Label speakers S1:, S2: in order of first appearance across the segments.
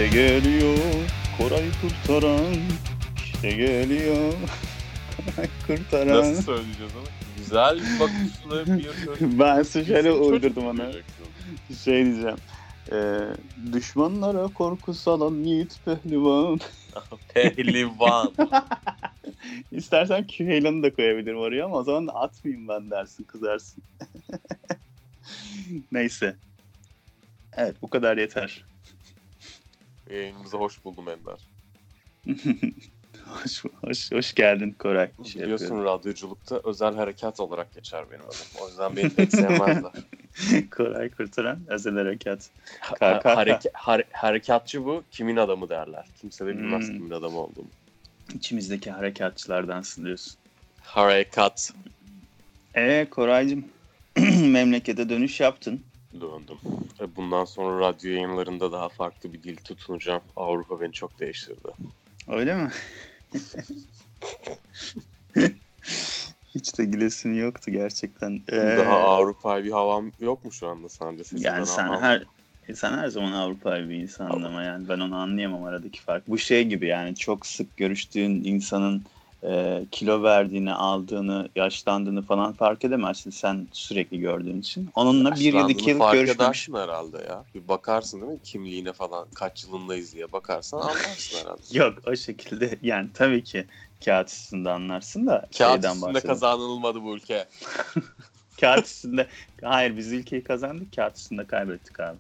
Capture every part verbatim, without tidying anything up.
S1: İşte geliyor Koray kurtaran. İşte geliyor Koray kurtaran.
S2: Nasıl söyleyeceğiz onu? Güzel bir bakışlı bir...
S1: Ben size şöyle
S2: Bizim
S1: uydurdum
S2: çocuk
S1: onu.
S2: duyacaksın.
S1: Şey diyeceğim. Ee, düşmanlara korku salan yiğit pehlivan.
S2: Pehlivan.
S1: İstersen Küheylan'ı da koyabilirim oraya ama o zaman da atmayayım ben dersin, kızarsın. Neyse. Evet, bu kadar yeter.
S2: Yayınımıza hoş buldum Ender.
S1: hoş, hoş, hoş geldin Koray. Şey
S2: Biliyorsun
S1: yapıyorum.
S2: radyoculukta özel harekat olarak geçer benim adım. O yüzden beni pek sevmezler.
S1: Koray kurtaran özel harekat.
S2: Ha-
S1: K K K.
S2: hareke- hare- harekatçı bu, kimin adamı derler. Kimse de bilmez
S1: Hmm.
S2: kimin adamı olduğumu.
S1: İçimizdeki harekatçılardansın diyorsun.
S2: Harekat.
S1: Ee Koraycığım, memlekete dönüş yaptın.
S2: Döndüm. Ve bundan sonra radyo yayınlarında daha farklı bir dil tutunacağım. Avrupa beni çok değiştirdi.
S1: Öyle mi? Hiç de gülesin yoktu gerçekten. Ee,
S2: Daha Avrupa'yı bir havam yok mu şu anda sence? Sesinden
S1: Yani sen
S2: anlamadım.
S1: her sen her zaman Avrupalı bir insandın ama yani ben onu anlayamam aradaki fark. Bu şey gibi yani çok sık görüştüğün insanın e, kilo verdiğini, aldığını, yaşlandığını falan fark edemezsin sen sürekli gördüğün için. Onunla bir yıl iki
S2: Yaşlandığını
S1: yıl
S2: fark
S1: görüşmemiş.
S2: edersin herhalde ya. Bir bakarsın değil mi? Kimliğine falan kaç yılındayız diye bakarsan anlarsın herhalde.
S1: Yok o şekilde yani tabii ki kağıt üstünde anlarsın da
S2: Kağıt
S1: şeyden
S2: üstünde
S1: bahsediyorum.
S2: kazanılmadı bu ülke.
S1: Kağıt üstünde hayır biz ülkeyi kazandık kağıt üstünde kaybettik abi.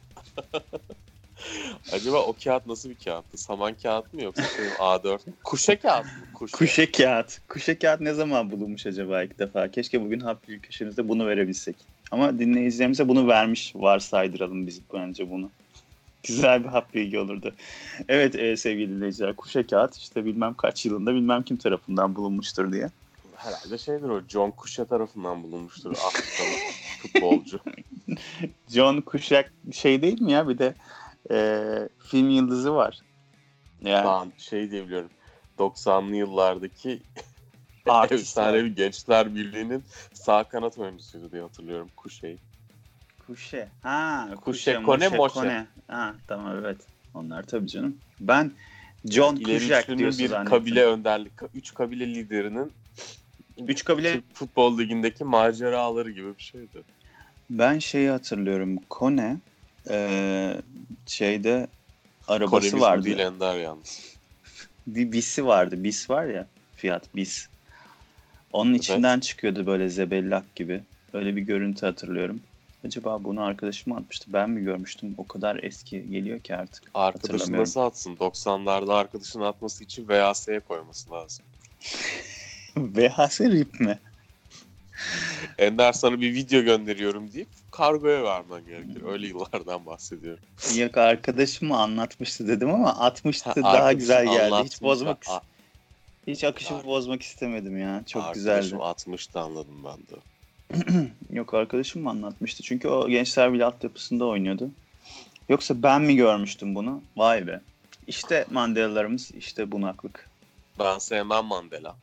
S2: Acaba o kağıt nasıl bir kağıttı? Saman kağıt mı yoksa şey A dört? Kuşe kağıt mı? Kuşe.
S1: Kuşe kağıt. Kuşe kağıt ne zaman bulunmuş acaba ilk defa? Keşke bugün Happy köşemizde bunu verebilsek. Ama dinleyicilerimize bunu vermiş varsaydıralım biz bence bunu. Güzel bir hap bilgi olurdu. Evet e, sevgili dinleyiciler kuşe kağıt işte bilmem kaç yılında bilmem kim tarafından bulunmuştur diye.
S2: Herhalde şeydir o. John Kuşe tarafından bulunmuştur. Afrikalı futbolcu.
S1: John Kuşak şey değil mi ya bir de e, film yıldızı var. Yani
S2: Ben şey diyebiliyorum. doksanlı yıllardaki
S1: artist var.
S2: efsanevi Gençler Birliği'nin sağ kanat oyuncusuydu diye hatırlıyorum. Kuşe'yi.
S1: Kuşe. Ha,
S2: Kuşe,
S1: Kuşe,
S2: Kone,
S1: Moşe,
S2: Moşe.
S1: Kone. Ha, tamam evet. Onlar tabii canım. Ben John
S2: İleri
S1: Kuşak
S2: üçlünün
S1: diyorsun
S2: bir
S1: zannettim.
S2: kabile önderlik, üç kabile liderinin
S1: Üç kabile.
S2: Türk Futbol Ligi'ndeki maceraları gibi bir şeydi.
S1: Ben şeyi hatırlıyorum. Kone e, şeyde arabası
S2: Koremizm
S1: vardı.
S2: değil Ender yalnız.
S1: Bir bisi vardı. Bis var ya. Fiat bis. Onun
S2: Evet.
S1: içinden çıkıyordu böyle zebellak gibi. Öyle bir görüntü hatırlıyorum. Acaba bunu arkadaşım mı atmıştı? Ben mi görmüştüm? O kadar eski geliyor ki artık.
S2: Arkadaşın
S1: Hatırlamıyorum.
S2: nasıl atsın? doksanlarda arkadaşın atması için V H S'ye koyması lazım.
S1: V H S rip mi?
S2: Ender sana bir video gönderiyorum deyip kargoya vermen gerekir. Öyle yıllardan bahsediyorum.
S1: Yok arkadaşım mı anlatmıştı dedim ama atmıştı
S2: Ha,
S1: daha
S2: arkadaşın
S1: güzel geldi. Hiç
S2: anlatmış
S1: bozmak
S2: da- a-
S1: hiç akışı
S2: Ar-
S1: bozmak istemedim ya. Çok
S2: Arkadaşım
S1: güzeldi.
S2: atmıştı anladım ben de.
S1: Yok arkadaşım mı anlatmıştı? Çünkü o Gençler Birliği altyapısında oynuyordu. Yoksa ben mi görmüştüm bunu? Vay be. İşte Mandelalarımız, işte bunaklık.
S2: Ben sevmem Mandela.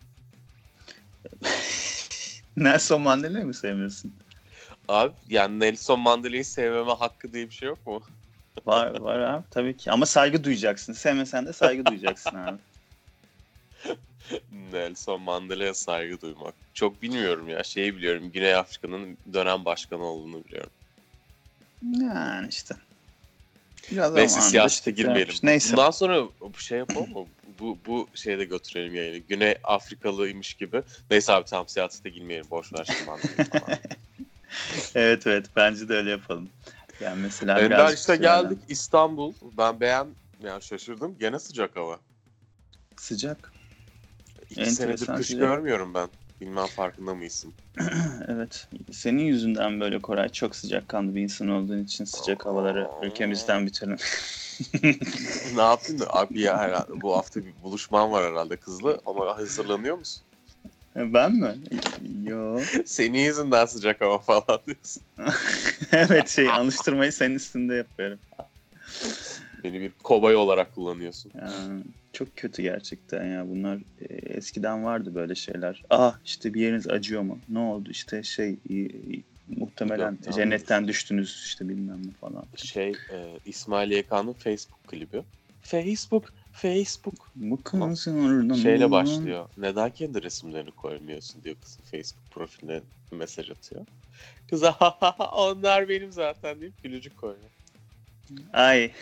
S1: Nelson Mandela'yı mı sevmiyorsun?
S2: Abi yani Nelson Mandela'yı sevmeme hakkı diye bir şey yok mu?
S1: Var var abi tabii ki. Ama saygı duyacaksın. Sevmesen de saygı duyacaksın abi.
S2: Nelson Mandela'ya saygı duymak. Çok bilmiyorum ya. Şeyi biliyorum. Güney Afrika'nın dönem başkanı olduğunu biliyorum.
S1: Yani işte. Biraz
S2: Neyse
S1: zamanında
S2: siyasete
S1: işte
S2: girmeyelim.
S1: yapmış. Neyse.
S2: Bundan sonra bu şey yapalım mı? Bu, bu şeyde götürelim yayını. Güney Afrikalıymış gibi. Neyse abi tamam siyasete girmeyelim. Boş ver şimdi Mandela'yı falan.
S1: Evet evet bence de öyle yapalım. Yani mesela
S2: Ender
S1: birazcık
S2: işte
S1: süreden-
S2: geldik İstanbul. Ben beğen yani şaşırdım. Gene sıcak hava.
S1: Sıcak.
S2: İki
S1: Enteresan
S2: senedir kış
S1: sıcak.
S2: görmüyorum ben. Bilmem farkında mısın?
S1: Evet. Senin yüzünden böyle Koray çok sıcakkanlı bir insan olduğun için sıcak havaları ülkemizden bitirin.
S2: Ne yaptın da abi ya herhalde bu hafta bir buluşman var herhalde kızla ama hazırlanıyor musun?
S1: Ben mi? Yo.
S2: Senin yüzünden sıcak hava falan diyorsun.
S1: Evet şey alıştırmayı senin üstünde yapıyorum.
S2: Beni bir kobay olarak kullanıyorsun.
S1: Yani çok kötü gerçekten ya bunlar e, eskiden vardı böyle şeyler. Ah işte bir yeriniz acıyor mu? Ne oldu işte şey e, Muhtemelen
S2: Gökten
S1: cennetten düştünüz işte bilmem ne falan.
S2: Şey e, İsmail Y K'nın Facebook klibi. Facebook, Facebook.
S1: Bu
S2: Tamam.
S1: kızın oradan
S2: Şeyle
S1: oradan.
S2: başlıyor. Neden kendi resimlerini koymuyorsun diyor kızın Facebook profiline mesaj atıyor. Kız ha ha ha onlar benim zaten deyip gülücük koyuyor.
S1: Ay.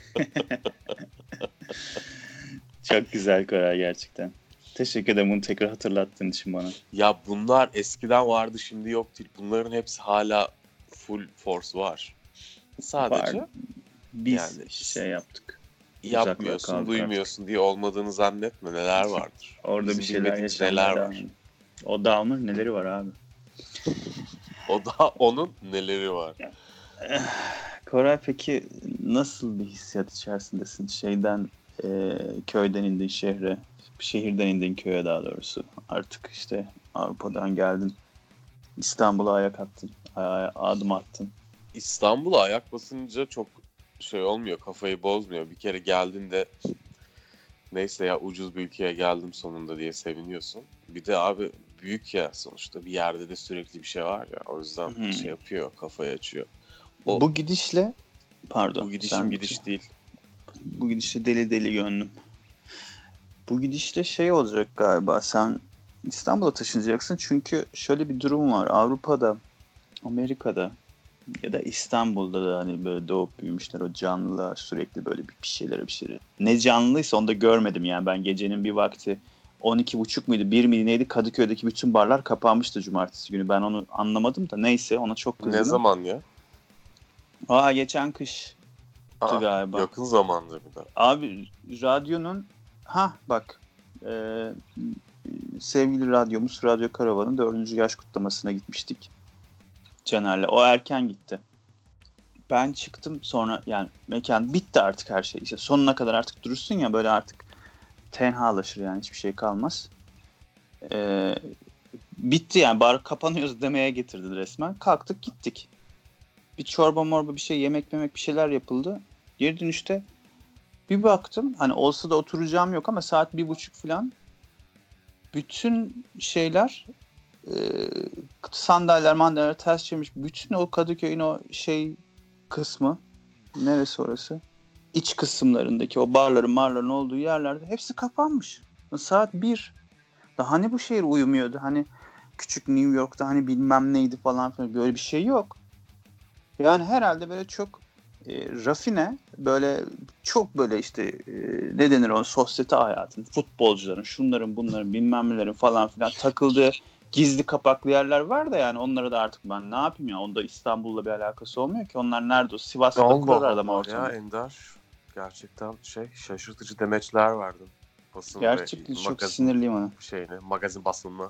S1: Çok güzel Koray gerçekten. Teşekkür ederim bunu tekrar hatırlattığın için bana.
S2: Ya bunlar eskiden vardı şimdi yok değil. Bunların hepsi hala full force var. Sadece
S1: Var. Biz
S2: yani
S1: şey yaptık.
S2: yapmıyorsun,
S1: kaldık
S2: duymuyorsun
S1: artık.
S2: diye olmadığını zannetme. Neler vardır.
S1: Orada
S2: Bizim
S1: bir şeyler
S2: bilmediğimiz
S1: yaşanmaya
S2: neler
S1: devam
S2: var.
S1: ediyor. O dağımın neleri var abi?
S2: O da onun neleri var.
S1: Koray peki nasıl bir hissiyat içerisindesin? Şeyden e, köyden indin şehre, şehirden indin köye daha doğrusu. Artık işte Avrupa'dan geldin. İstanbul'a ayak attın, a- adım attın.
S2: İstanbul'a ayak basınca çok şey olmuyor, kafayı bozmuyor. Bir kere geldiğinde neyse ya ucuz bir ülkeye geldim sonunda diye seviniyorsun. Bir de abi büyük ya sonuçta bir yerde de sürekli bir şey var ya. O yüzden
S1: Hmm.
S2: şey yapıyor, kafayı açıyor. O,
S1: Bu gidişle, pardon.
S2: bu gidişim
S1: sen-
S2: gidiş değil.
S1: Bu gidişle deli deli gönlüm. Bu gidişle şey olacak galiba. Sen İstanbul'a taşınacaksın çünkü şöyle bir durum var. Avrupa'da, Amerika'da ya da İstanbul'da da hani böyle doğup büyümüşler o canlılar sürekli böyle bir bir şeylere bir şeylere. Ne canlıysa onu da görmedim yani ben gecenin bir vakti on iki buçuk muydu bir miydi neydi Kadıköy'deki bütün barlar kapanmıştı cumartesi günü. Ben onu anlamadım da neyse ona çok kızdım.
S2: Ne zaman ya?
S1: Aa geçen kış
S2: Aa,
S1: galiba.
S2: yakın zamanda bir de.
S1: Abi radyonun ha bak e, sevgili radyomuz Radyo Karavan'ın dördüncü yaş kutlamasına gitmiştik Caner'le. O erken gitti. Ben çıktım sonra yani mekan bitti artık her şey. İşte sonuna kadar artık durursun ya böyle artık tenhalaşır yani hiçbir şey kalmaz. Ee, bitti yani bar kapanıyoruz demeye getirdi resmen. Kalktık gittik. Bir çorba morba bir şey yemek memek bir şeyler yapıldı. Geri dönüşte bir baktım hani olsa da oturacağım yok ama saat bir buçuk falan. Bütün şeyler e, sandalyeler mandalyeler ters çevirmiş. Bütün o Kadıköy'ün o şey kısmı neresi orası? İç kısımlarındaki o barların marların olduğu yerlerde hepsi kapanmış. Saat bir. Daha hani bu şehir uyumuyordu. Hani küçük New York'ta hani bilmem neydi falan filan böyle bir şey yok. Yani herhalde böyle çok e, rafine böyle çok böyle işte e, ne denir o sosyete hayatın futbolcuların şunların bunların bilmem nelerin falan filan takıldığı gizli kapaklı yerler var da yani onlara da artık ben ne yapayım ya onda İstanbul'la bir alakası olmuyor ki onlar nerede o Sivas'ta kurarlar mı
S2: ya
S1: ortamı?
S2: Ender. Gerçekten şey şaşırtıcı demeçler verdin. Basın
S1: Gerçekten
S2: ve
S1: çok
S2: magazin
S1: sinirliyim ona.
S2: şeyine, magazin basınına.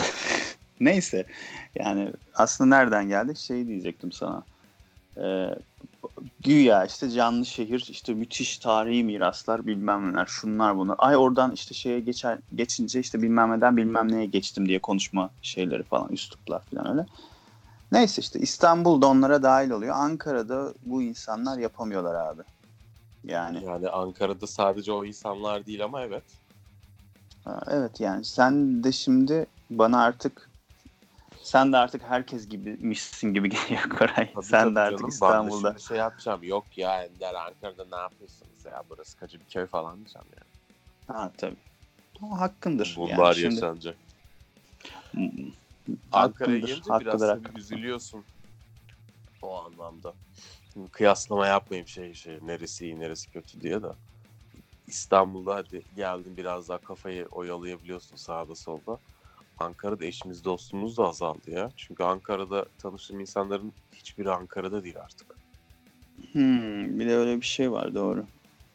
S1: Neyse yani aslında nereden geldik şey diyecektim sana. Ee, güya işte canlı şehir işte müthiş tarihi miraslar bilmem neler şunlar bunlar. Ay oradan işte şeye geçer, geçince işte bilmem neden bilmem neye geçtim diye konuşma şeyleri falan üsluplar falan öyle. Neyse işte İstanbul'da onlara dahil oluyor. Ankara'da bu insanlar yapamıyorlar abi. Yani
S2: Yani Ankara'da sadece o insanlar değil ama evet.
S1: ha, evet yani sen de şimdi bana artık sen de artık herkes gibimişsin gibi geliyor Koray.
S2: Tabii
S1: Sen
S2: tabii
S1: de artık
S2: canım. Ben de
S1: İstanbul'da.
S2: şimdi şey yapacağım. Yok ya Ender Ankara'da ne yapıyorsunuz ya? Burası kaçı bir köy falan diyeceğim yani.
S1: Ha tabii. O hakkındır.
S2: Bunlar
S1: yani şimdi
S2: yaşanacak.
S1: Hmm,
S2: Ankara'ya
S1: hakkındır.
S2: gelince
S1: Hakkıdır
S2: biraz tabii
S1: hakkıdır.
S2: üzülüyorsun. O anlamda. Şimdi kıyaslama yapmayayım şey şey. Neresi iyi neresi kötü diye de. İstanbul'da hadi geldin biraz daha kafayı oyalayabiliyorsun sağda solda. Ankara'da eşimiz dostumuz da azaldı ya. Çünkü Ankara'da tanıştığım insanların hiçbiri Ankara'da değil artık.
S1: Hmm, bir de öyle bir şey var doğru.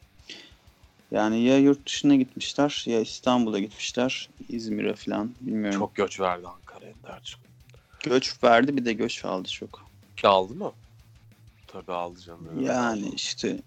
S1: Yani ya yurt dışına gitmişler ya İstanbul'a gitmişler. İzmir'e falan bilmiyorum.
S2: Çok göç verdi Ankara Ender'cim.
S1: Göç verdi bir de göç aldı çok.
S2: Aldı mı? Tabii aldı canım. Evet,
S1: Yani
S2: aldı.
S1: işte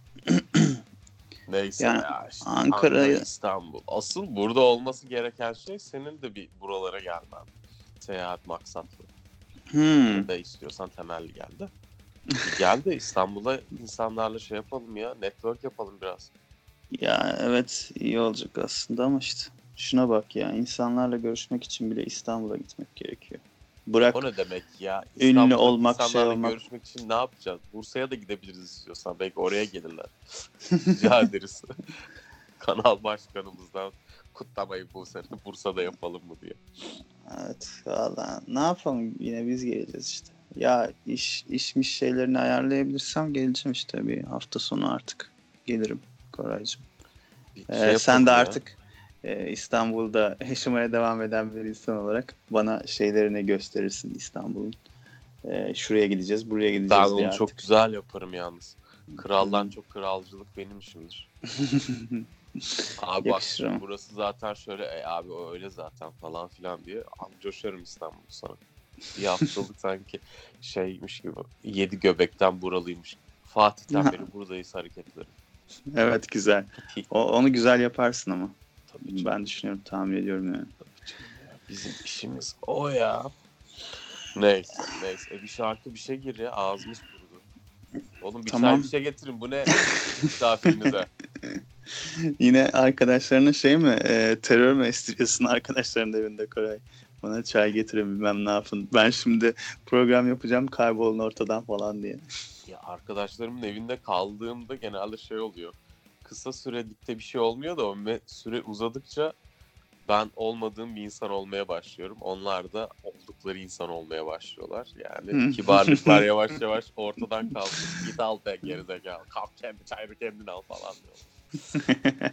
S2: Neyse
S1: yani
S2: ya işte
S1: Ankara'ya
S2: Ankara, İstanbul. Asıl burada olması gereken şey senin de bir buralara gelmen. Seyahat maksatlı.
S1: hmm,
S2: Ya da istiyorsan temelli gel de. Bir gel de İstanbul'a insanlarla şey yapalım ya. Network yapalım biraz.
S1: ya evet iyi olacak aslında ama işte şuna bak ya insanlarla görüşmek için bile İstanbul'a gitmek gerekiyor. Bırak
S2: O ne demek ya?
S1: ünlü
S2: İstanbul'daki
S1: olmak, şey
S2: insanlarla
S1: olmak.
S2: görüşmek için ne yapacağız? Bursa'ya da gidebiliriz istiyorsan. Belki oraya gelirler. Rica ederiz. Kanal başkanımızdan kutlamayı bu sene Bursa'da yapalım mı diye.
S1: Evet valla ne yapalım, yine biz geleceğiz işte. Ya iş işmiş şeylerini ayarlayabilirsem geleceğim işte, bir hafta sonu artık gelirim Koraycığım.
S2: Bir
S1: Ee,
S2: şey
S1: sen de
S2: yapalım ya.
S1: artık e, İstanbul'da yaşamaya devam eden bir insan olarak bana şeylerini gösterirsin İstanbul'un. Ee, şuraya gideceğiz, buraya
S2: Ben
S1: gideceğiz diye
S2: onu çok
S1: artık.
S2: güzel yaparım yalnız. Kraldan
S1: Hmm.
S2: çok kralcılık benim işimdir. Abi bak
S1: Yakışır ama.
S2: burası zaten şöyle e, abi o öyle zaten falan filan diye abi coşarım İstanbul sana. Bir haftalık sanki şeymiş gibi yedi göbekten buralıymış. Fatih'ten beri buradayız hareketleri.
S1: Evet güzel. O, onu güzel yaparsın ama.
S2: Tabii canım.
S1: Ben düşünüyorum, tahmin ediyorum yani.
S2: Tabii canım ya. Bizim işimiz o ya. Neyse neyse. E bir şarkı bir şey gir ya ağzımız kurudu. Oğlum bir
S1: Tamam.
S2: çay bir şey getirin bu ne misafirinize.
S1: Yine arkadaşlarının şey mi? E, terör mü estiriyorsun arkadaşların evinde Koray? Bana çay getirin bilmem ne yapın. Ben şimdi program yapacağım, kaybolun ortadan falan diye.
S2: Ya arkadaşlarımın evinde kaldığımda genelde şey oluyor. Kısa sürelikte bir şey olmuyor da o me- süre uzadıkça ben olmadığım bir insan olmaya başlıyorum. Onlar da oldukları insan olmaya başlıyorlar. Yani kibarlıklar yavaş yavaş ortadan kalkıp git al be gerizekalı. Kalk kendi çayını kendin al falan diyorlar.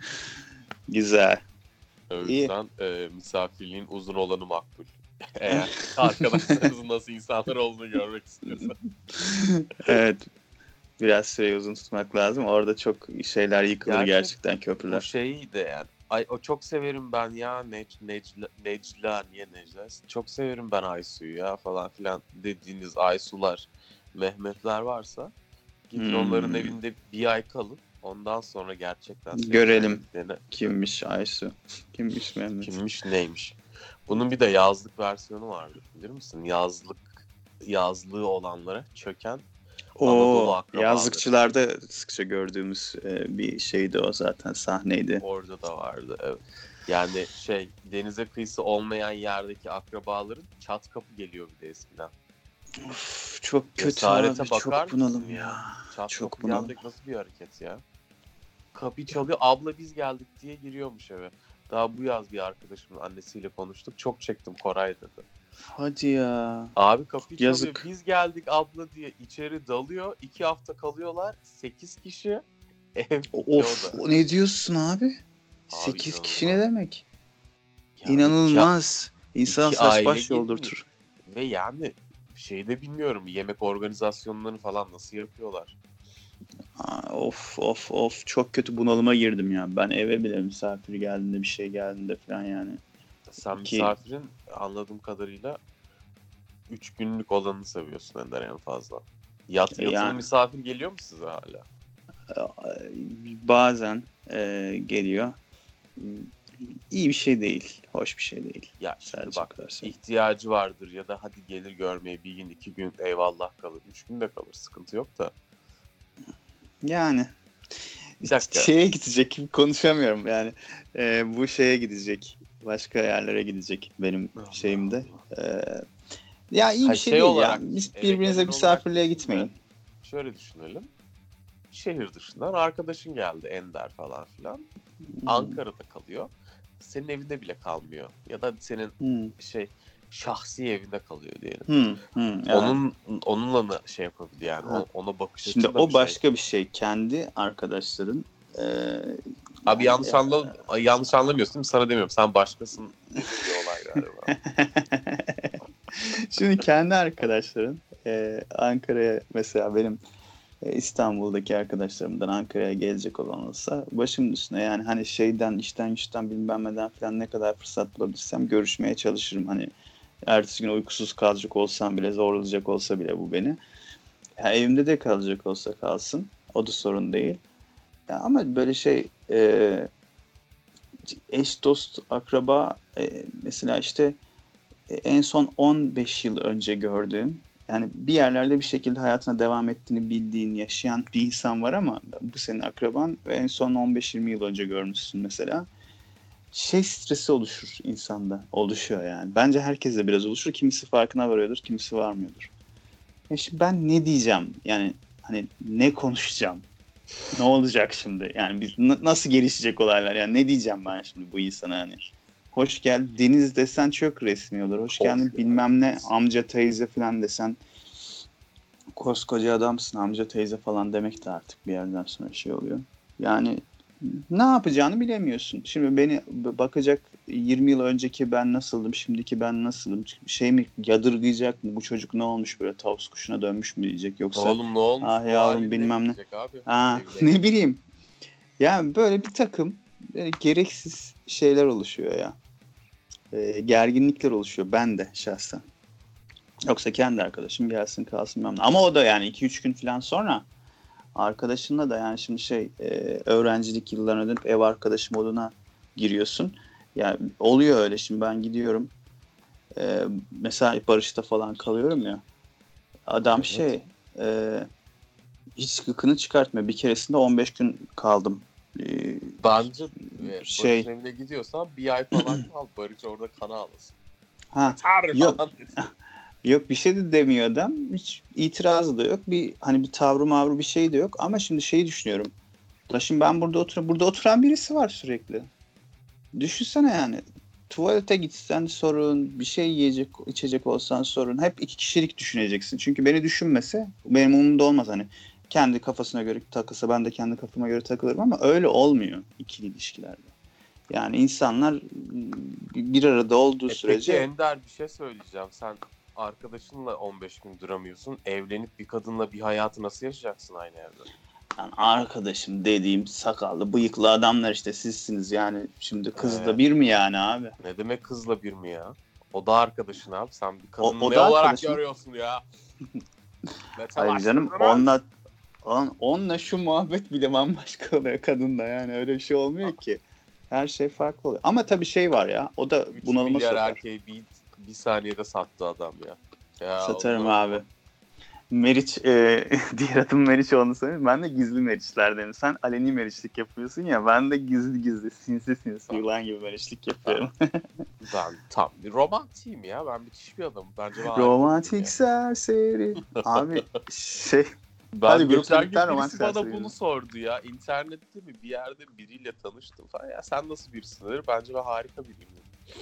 S1: Güzel.
S2: O
S1: İyi.
S2: yüzden e, misafirliğin uzun olanı makbul. Eğer arkadaşlarınızın nasıl insanlar olduğunu görmek istiyorsan.
S1: Evet. Biraz süreyi uzun tutmak lazım. Orada çok şeyler yıkılır
S2: Gerçek-
S1: gerçekten,
S2: Bu
S1: köprüler.
S2: şeyi de yani. Ay o çok severim ben ya Nec, Necla, Necla niye Necla? Çok severim ben Aysu'yu ya falan filan dediğiniz Aysular, Mehmetler varsa gidin
S1: Hmm.
S2: onların evinde bir ay kalın. Ondan sonra gerçekten
S1: Görelim.
S2: sevdiklerine-
S1: Kimmiş Aysu? Kimmiş Mehmet?
S2: Kimmiş neymiş. Bunun bir de yazlık versiyonu vardır bilir misin? Yazlık yazlığı olanlara çöken Anadolu
S1: O
S2: akrabaları.
S1: yazlıkçılarda sıkça gördüğümüz e, bir şeydi o, zaten sahneydi.
S2: Orada da vardı evet. Yani şey denize kıyısı olmayan yerdeki akrabaların çat kapı geliyor bir de eskiden.
S1: Of, çok kötü
S2: Cesarete
S1: abi,
S2: bakar
S1: çok
S2: mısın
S1: bunalım
S2: ya?
S1: ya.
S2: Çat
S1: Çok
S2: kapı
S1: bunalım.
S2: gelmek nasıl bir hareket ya? Kapıyı çalıyor abla biz geldik diye giriyormuş eve. Daha bu yaz bir arkadaşımın annesiyle konuştuk. Çok çektim Koray dedi.
S1: Hadi ya.
S2: Abi kapıyı
S1: Yazık.
S2: çalıyor biz geldik abla diye içeri dalıyor. İki hafta kalıyorlar. Sekiz kişi. Ev
S1: Of,
S2: o da.
S1: ne diyorsun abi?
S2: Abi
S1: Sekiz kişi
S2: inanılmaz.
S1: ne demek?
S2: Yani
S1: İnanılmaz. İnsan
S2: iki
S1: saç
S2: aile
S1: baş
S2: geliyor.
S1: yoldurtur.
S2: Ve yani şey de bilmiyorum yemek organizasyonlarını falan nasıl yapıyorlar.
S1: Aa, of of of, çok kötü bunalıma girdim ya. Ben eve bile misafir geldiğinde, bir şey geldiğinde falan yani.
S2: Sen
S1: Ki-
S2: misafirin anladığım kadarıyla üç günlük olanını seviyorsun Ender en fazla. Yat, yatılı
S1: Yani-
S2: misafir geliyor mu size hala?
S1: Bazen e, geliyor. İyi bir şey değil. Hoş bir şey değil.
S2: Ya şimdi
S1: Sadece
S2: bak
S1: bu kadar söyleyeyim.
S2: ihtiyacı vardır ya da hadi gelir görmeye bir gün iki gün eyvallah kalır. Üç gün de kalır sıkıntı yok da.
S1: Yani
S2: Bir dakika.
S1: şeye gidecek, konuşamıyorum yani. E, bu şeye gidecek. Başka yerlere gidecek benim
S2: Allah
S1: şeyimde. E, ya iyi bir
S2: Hayır,
S1: şey,
S2: şey
S1: değil
S2: olarak,
S1: ya. Biz
S2: eve
S1: birbirinize
S2: gelen
S1: misafirliğe
S2: olarak
S1: gitmeyin.
S2: Şöyle düşünelim. Şehir dışından arkadaşın geldi Ender falan filan. Ankara'da kalıyor. Senin evinde bile kalmıyor. Ya da senin
S1: Hmm.
S2: şey şahsi evinde kalıyor diyelim.
S1: Hmm. Hmm. Evet.
S2: Onun onunla da şey yapabilir yani.
S1: Ha.
S2: O- Ona bakış
S1: Şimdi
S2: açın da
S1: o
S2: bir şey.
S1: başka bir şey. Kendi arkadaşların e,
S2: Abi
S1: yani-
S2: yanlış anla Ay, yanlış anlamıyorsun değil mi? Sana demiyorum. Sen başkasın bir olay galiba.
S1: Şimdi kendi arkadaşların e, Ankara'ya, mesela benim e, İstanbul'daki arkadaşlarımdan Ankara'ya gelecek olan olsa başım üstüne, yani hani şeyden, işten güçten bilmem neden falan ne kadar fırsat bulabilirsem görüşmeye çalışırım. Hani ertesi gün uykusuz kalacak olsam bile, zorlayacak olsa bile bu beni. Ya evimde de kalacak olsa kalsın. O da sorun değil. Ya ama böyle şey e, eş, dost, akraba e, mesela işte e, en son on beş yıl önce gördüğüm, yani bir yerlerde bir şekilde hayatına devam ettiğini bildiğin, yaşayan bir insan var ama bu senin akraban ve en son on beş yirmi yıl önce görmüşsün mesela. şey stresi oluşur insanda. Oluşuyor yani. Bence herkeste biraz oluşur. Kimisi farkına varıyordur, kimisi varmıyordur. Ya şimdi ben ne diyeceğim? Yani hani ne konuşacağım? Ne olacak şimdi? Yani biz n- nasıl gelişecek olaylar? Yani ne diyeceğim ben şimdi bu insana hani? Hoş geldin Deniz desen çok resmi olur. Hoş geldin bilmem ne amca teyze falan desen koskoca adamsın amca teyze falan demek de artık bir yerden sonra şey oluyor. Yani ne yapacağını bilemiyorsun. Şimdi beni bakacak yirmi yıl önceki ben nasıldım, şimdiki ben nasılım? Şey mi yadırgayacak mı? Bu çocuk ne olmuş böyle tavus kuşuna dönmüş mü diyecek yoksa
S2: Oğlum ne olmuş
S1: ah
S2: bu
S1: yavrum
S2: halin ne
S1: bilmem ne.
S2: diyecek abi?
S1: Ha,
S2: Evine
S1: ne
S2: git.
S1: bileyim. Yani böyle bir takım böyle gereksiz şeyler oluşuyor ya. E, gerginlikler oluşuyor ben de şahsen. Yoksa kendi arkadaşım gelsin kalsın ben. Ama o da yani iki üç gün falan sonra arkadaşınla da yani şimdi şey e, öğrencilik yıllarına dönüp ev arkadaşı moduna giriyorsun. Yani oluyor öyle şimdi ben gidiyorum. E, mesela Barış'ta falan kalıyorum ya. Adam
S2: Evet.
S1: şey e, hiç gıkını çıkartmıyor. Bir keresinde on beş gün kaldım. E,
S2: Bence e,
S1: şey
S2: Barış'ın evine gidiyorsan bir ay falan kal. Barış orada kana ağlasın.
S1: ha
S2: Yeter
S1: yok
S2: falan desin.
S1: yok bir şey de demiyor adam. Hiç itirazı da yok. Bir hani bir tavrı mavrı bir şey de yok. Ama şimdi şeyi düşünüyorum. La şimdi ben burada oturuyorum. Burada oturan birisi var sürekli. Düşünsene yani. Tuvalete gitsen sorun, bir şey yiyecek, içecek olsan sorun. Hep iki kişilik düşüneceksin. Çünkü beni düşünmese benim umurumda olmaz hani. Kendi kafasına göre takılsa ben de kendi kafama göre takılırım ama öyle olmuyor ikili ilişkilerde. Yani insanlar bir arada olduğu
S2: E peki
S1: sürece
S2: Ender bir şey söyleyeceğim. Sen arkadaşınla on beş gün duramıyorsun. Evlenip bir kadınla bir hayatı nasıl yaşayacaksın aynı evde?
S1: yani arkadaşım dediğim sakallı bıyıklı adamlar işte sizsiniz yani. Şimdi kızla
S2: Ee,
S1: bir mi yani abi?
S2: ne demek kızla bir mi ya? O da arkadaşın abi. Sen bir
S1: O,
S2: kadını
S1: o
S2: ne
S1: da
S2: olarak
S1: arkadaşım.
S2: görüyorsun ya?
S1: Hayır canım
S2: Metalaştırdınız.
S1: onunla on, onunla şu muhabbet bile bambaşka oluyor kadınla yani öyle bir şey olmuyor ki. Her şey farklı oluyor. Ama tabii şey var ya o da
S2: üç
S1: bunalıma
S2: milyar
S1: sokar.
S2: erkeği bir, bir saniyede sattı adam ya. Ya
S1: Satarım
S2: olur mu?
S1: abi. Meriç, e, diğer adım Meriç olduğunu söyleyeyim. Ben de gizli Meriçlerdenim. Sen aleni Meriçlik yapıyorsun ya. Ben de gizli gizli, sinsi sinsi
S2: Ben,
S1: yılan gibi Meriçlik
S2: ben,
S1: yapıyorum.
S2: ben tam bir romantiyim ya. Ben müthiş bir adamım. Bence ben harika biriyim
S1: Romantik
S2: ya.
S1: serseri. Abi şey, hadi
S2: Ben
S1: götüne bir
S2: geçen gün
S1: tane romantik
S2: birisi bana
S1: serseri
S2: bunu
S1: dedim.
S2: sordu ya. İnternette mi bir yerde biriyle tanıştım falan. Ya sen nasıl birisin dedi. Bence ben harika biriyim dedi.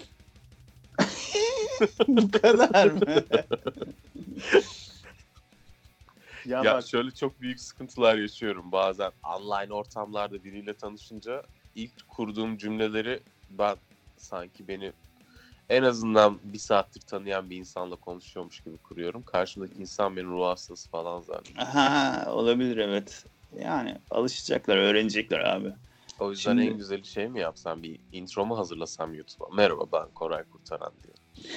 S1: Bu kadar mı? Ya
S2: Ya
S1: bak.
S2: şöyle çok büyük sıkıntılar yaşıyorum bazen. Online ortamlarda biriyle tanışınca ilk kurduğum cümleleri ben sanki beni en azından bir saattir tanıyan bir insanla konuşuyormuş gibi kuruyorum. Karşımdaki insan benim ruh hastası falan zannediyor.
S1: Aha, olabilir evet. Yani alışacaklar, öğrenecekler abi.
S2: O yüzden en
S1: Şimdi
S2: güzeli şey mi yapsam, bir intro mu hazırlasam YouTube'a? Merhaba, ben Koray Kurtaran diye.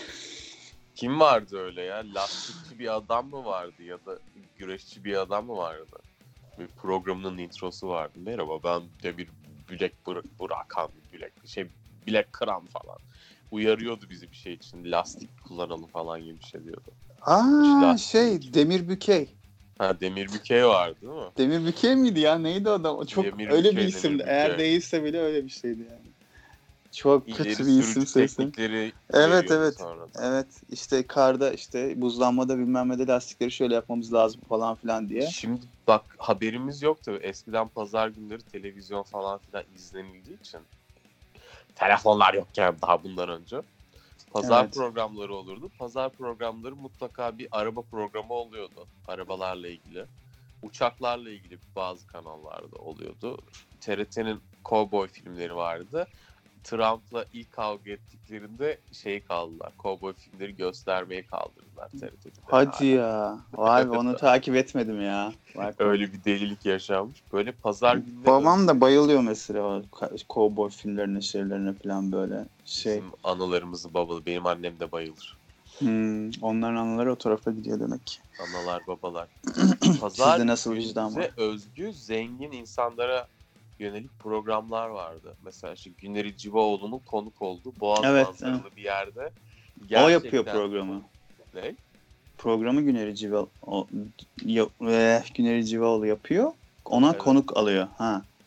S2: Kim vardı öyle ya? Lastikçi bir adam mı vardı ya da güreşçi bir adam mı vardı? Bir programının introsu vardı. Merhaba, ben Demir Bilek Bır- Bırakan Bilek şey Bilek Kıran falan. Uyarıyordu bizi bir şey için. Lastik kullanalım falan gibi bir şey diyordu. Hiç
S1: aa
S2: lastik.
S1: şey Demir Bükey.
S2: Ha, Demir Bükey vardı değil mi?
S1: Demir Bükey miydi ya? Neydi o adam? O çok
S2: Demir
S1: öyle bir
S2: Bükey, Demir
S1: isimdi. Eğer
S2: Bükey.
S1: değilse bile öyle bir şeydi yani. Çok
S2: İleri
S1: kötü bir isim
S2: sürücü
S1: sesi.
S2: teknikleri
S1: Evet
S2: veriyordu
S1: evet.
S2: sonradan.
S1: Evet işte karda işte buzlanmada bilmem ne de lastikleri şöyle yapmamız lazım falan filan diye.
S2: Şimdi bak, haberimiz yoktu. Eskiden pazar günleri televizyon falan filan izlenildiği için. Telefonlar yokken daha bundan önce. Pazar
S1: Evet.
S2: programları olurdu. Pazar programları mutlaka bir araba programı oluyordu. Arabalarla ilgili. Uçaklarla ilgili bazı kanallarda oluyordu. T R T'nin kovboy filmleri vardı. Trump'la ilk kavga ettiklerinde şey kaldılar. Kovboy filmleri göstermeye kaldırdılar T R T'de
S1: Hadi
S2: hala.
S1: ya. Vay be onu takip etmedim ya. Bak bak.
S2: Öyle bir delilik yaşanmış. Böyle pazar gününe
S1: Babam da
S2: özgü
S1: bayılıyor mesela o ka- kovboy filmlerine şeylerine falan böyle şey.
S2: bizim anılarımızı babalı. Benim annem de bayılır.
S1: Hmm, onların anıları o tarafa gidiyor demek ki.
S2: Analar babalar.
S1: Sizde
S2: Pazar
S1: nasıl vicdan var?
S2: gündüze özgü zengin insanlara yönelik programlar vardı. Mesela işte Güneri Civaoğlu'nun konuk olduğu Boğaz
S1: Evet, evet.
S2: manzaralı bir yerde
S1: O yapıyor
S2: gerçekten
S1: programı.
S2: ne?
S1: Programı Güneri Cival o, yo, eh, Güneri Civaoğlu yapıyor. Ona
S2: Evet.
S1: konuk alıyor. Ha.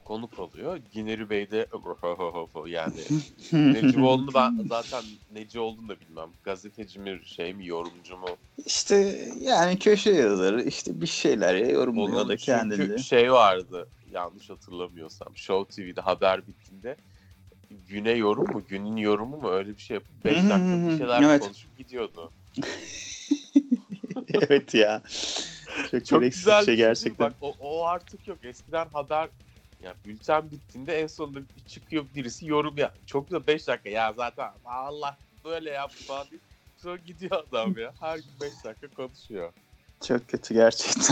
S2: konuk oluyor. Güner Bey de yani Necioğlu'nu ben zaten Necioğlu'nu da bilmem. Gazeteci mi şey mi yorumcu mu?
S1: İşte yani köşe yazarı işte bir şeyler ya yorumluyor
S2: Onun
S1: da kendini.
S2: çünkü şey vardı yanlış hatırlamıyorsam Show T V'de haber bittiğinde güne yorum mu günün yorumu mu öyle bir şey yapıp beş dakika bir şeyler
S1: evet.
S2: konuşup gidiyordu.
S1: Evet ya. Çok,
S2: Çok
S1: gereksiz
S2: güzel
S1: bir şey gerçekten.
S2: Bak o, o artık yok. Eskiden haber yani bülten bittiğinde en sonunda çıkıyor birisi yorum ya. Çok da beş dakika ya zaten Allah böyle yaptı falan deyip sonra gidiyor adam ya. Her gün beş dakika konuşuyor.
S1: Çok kötü gerçekten.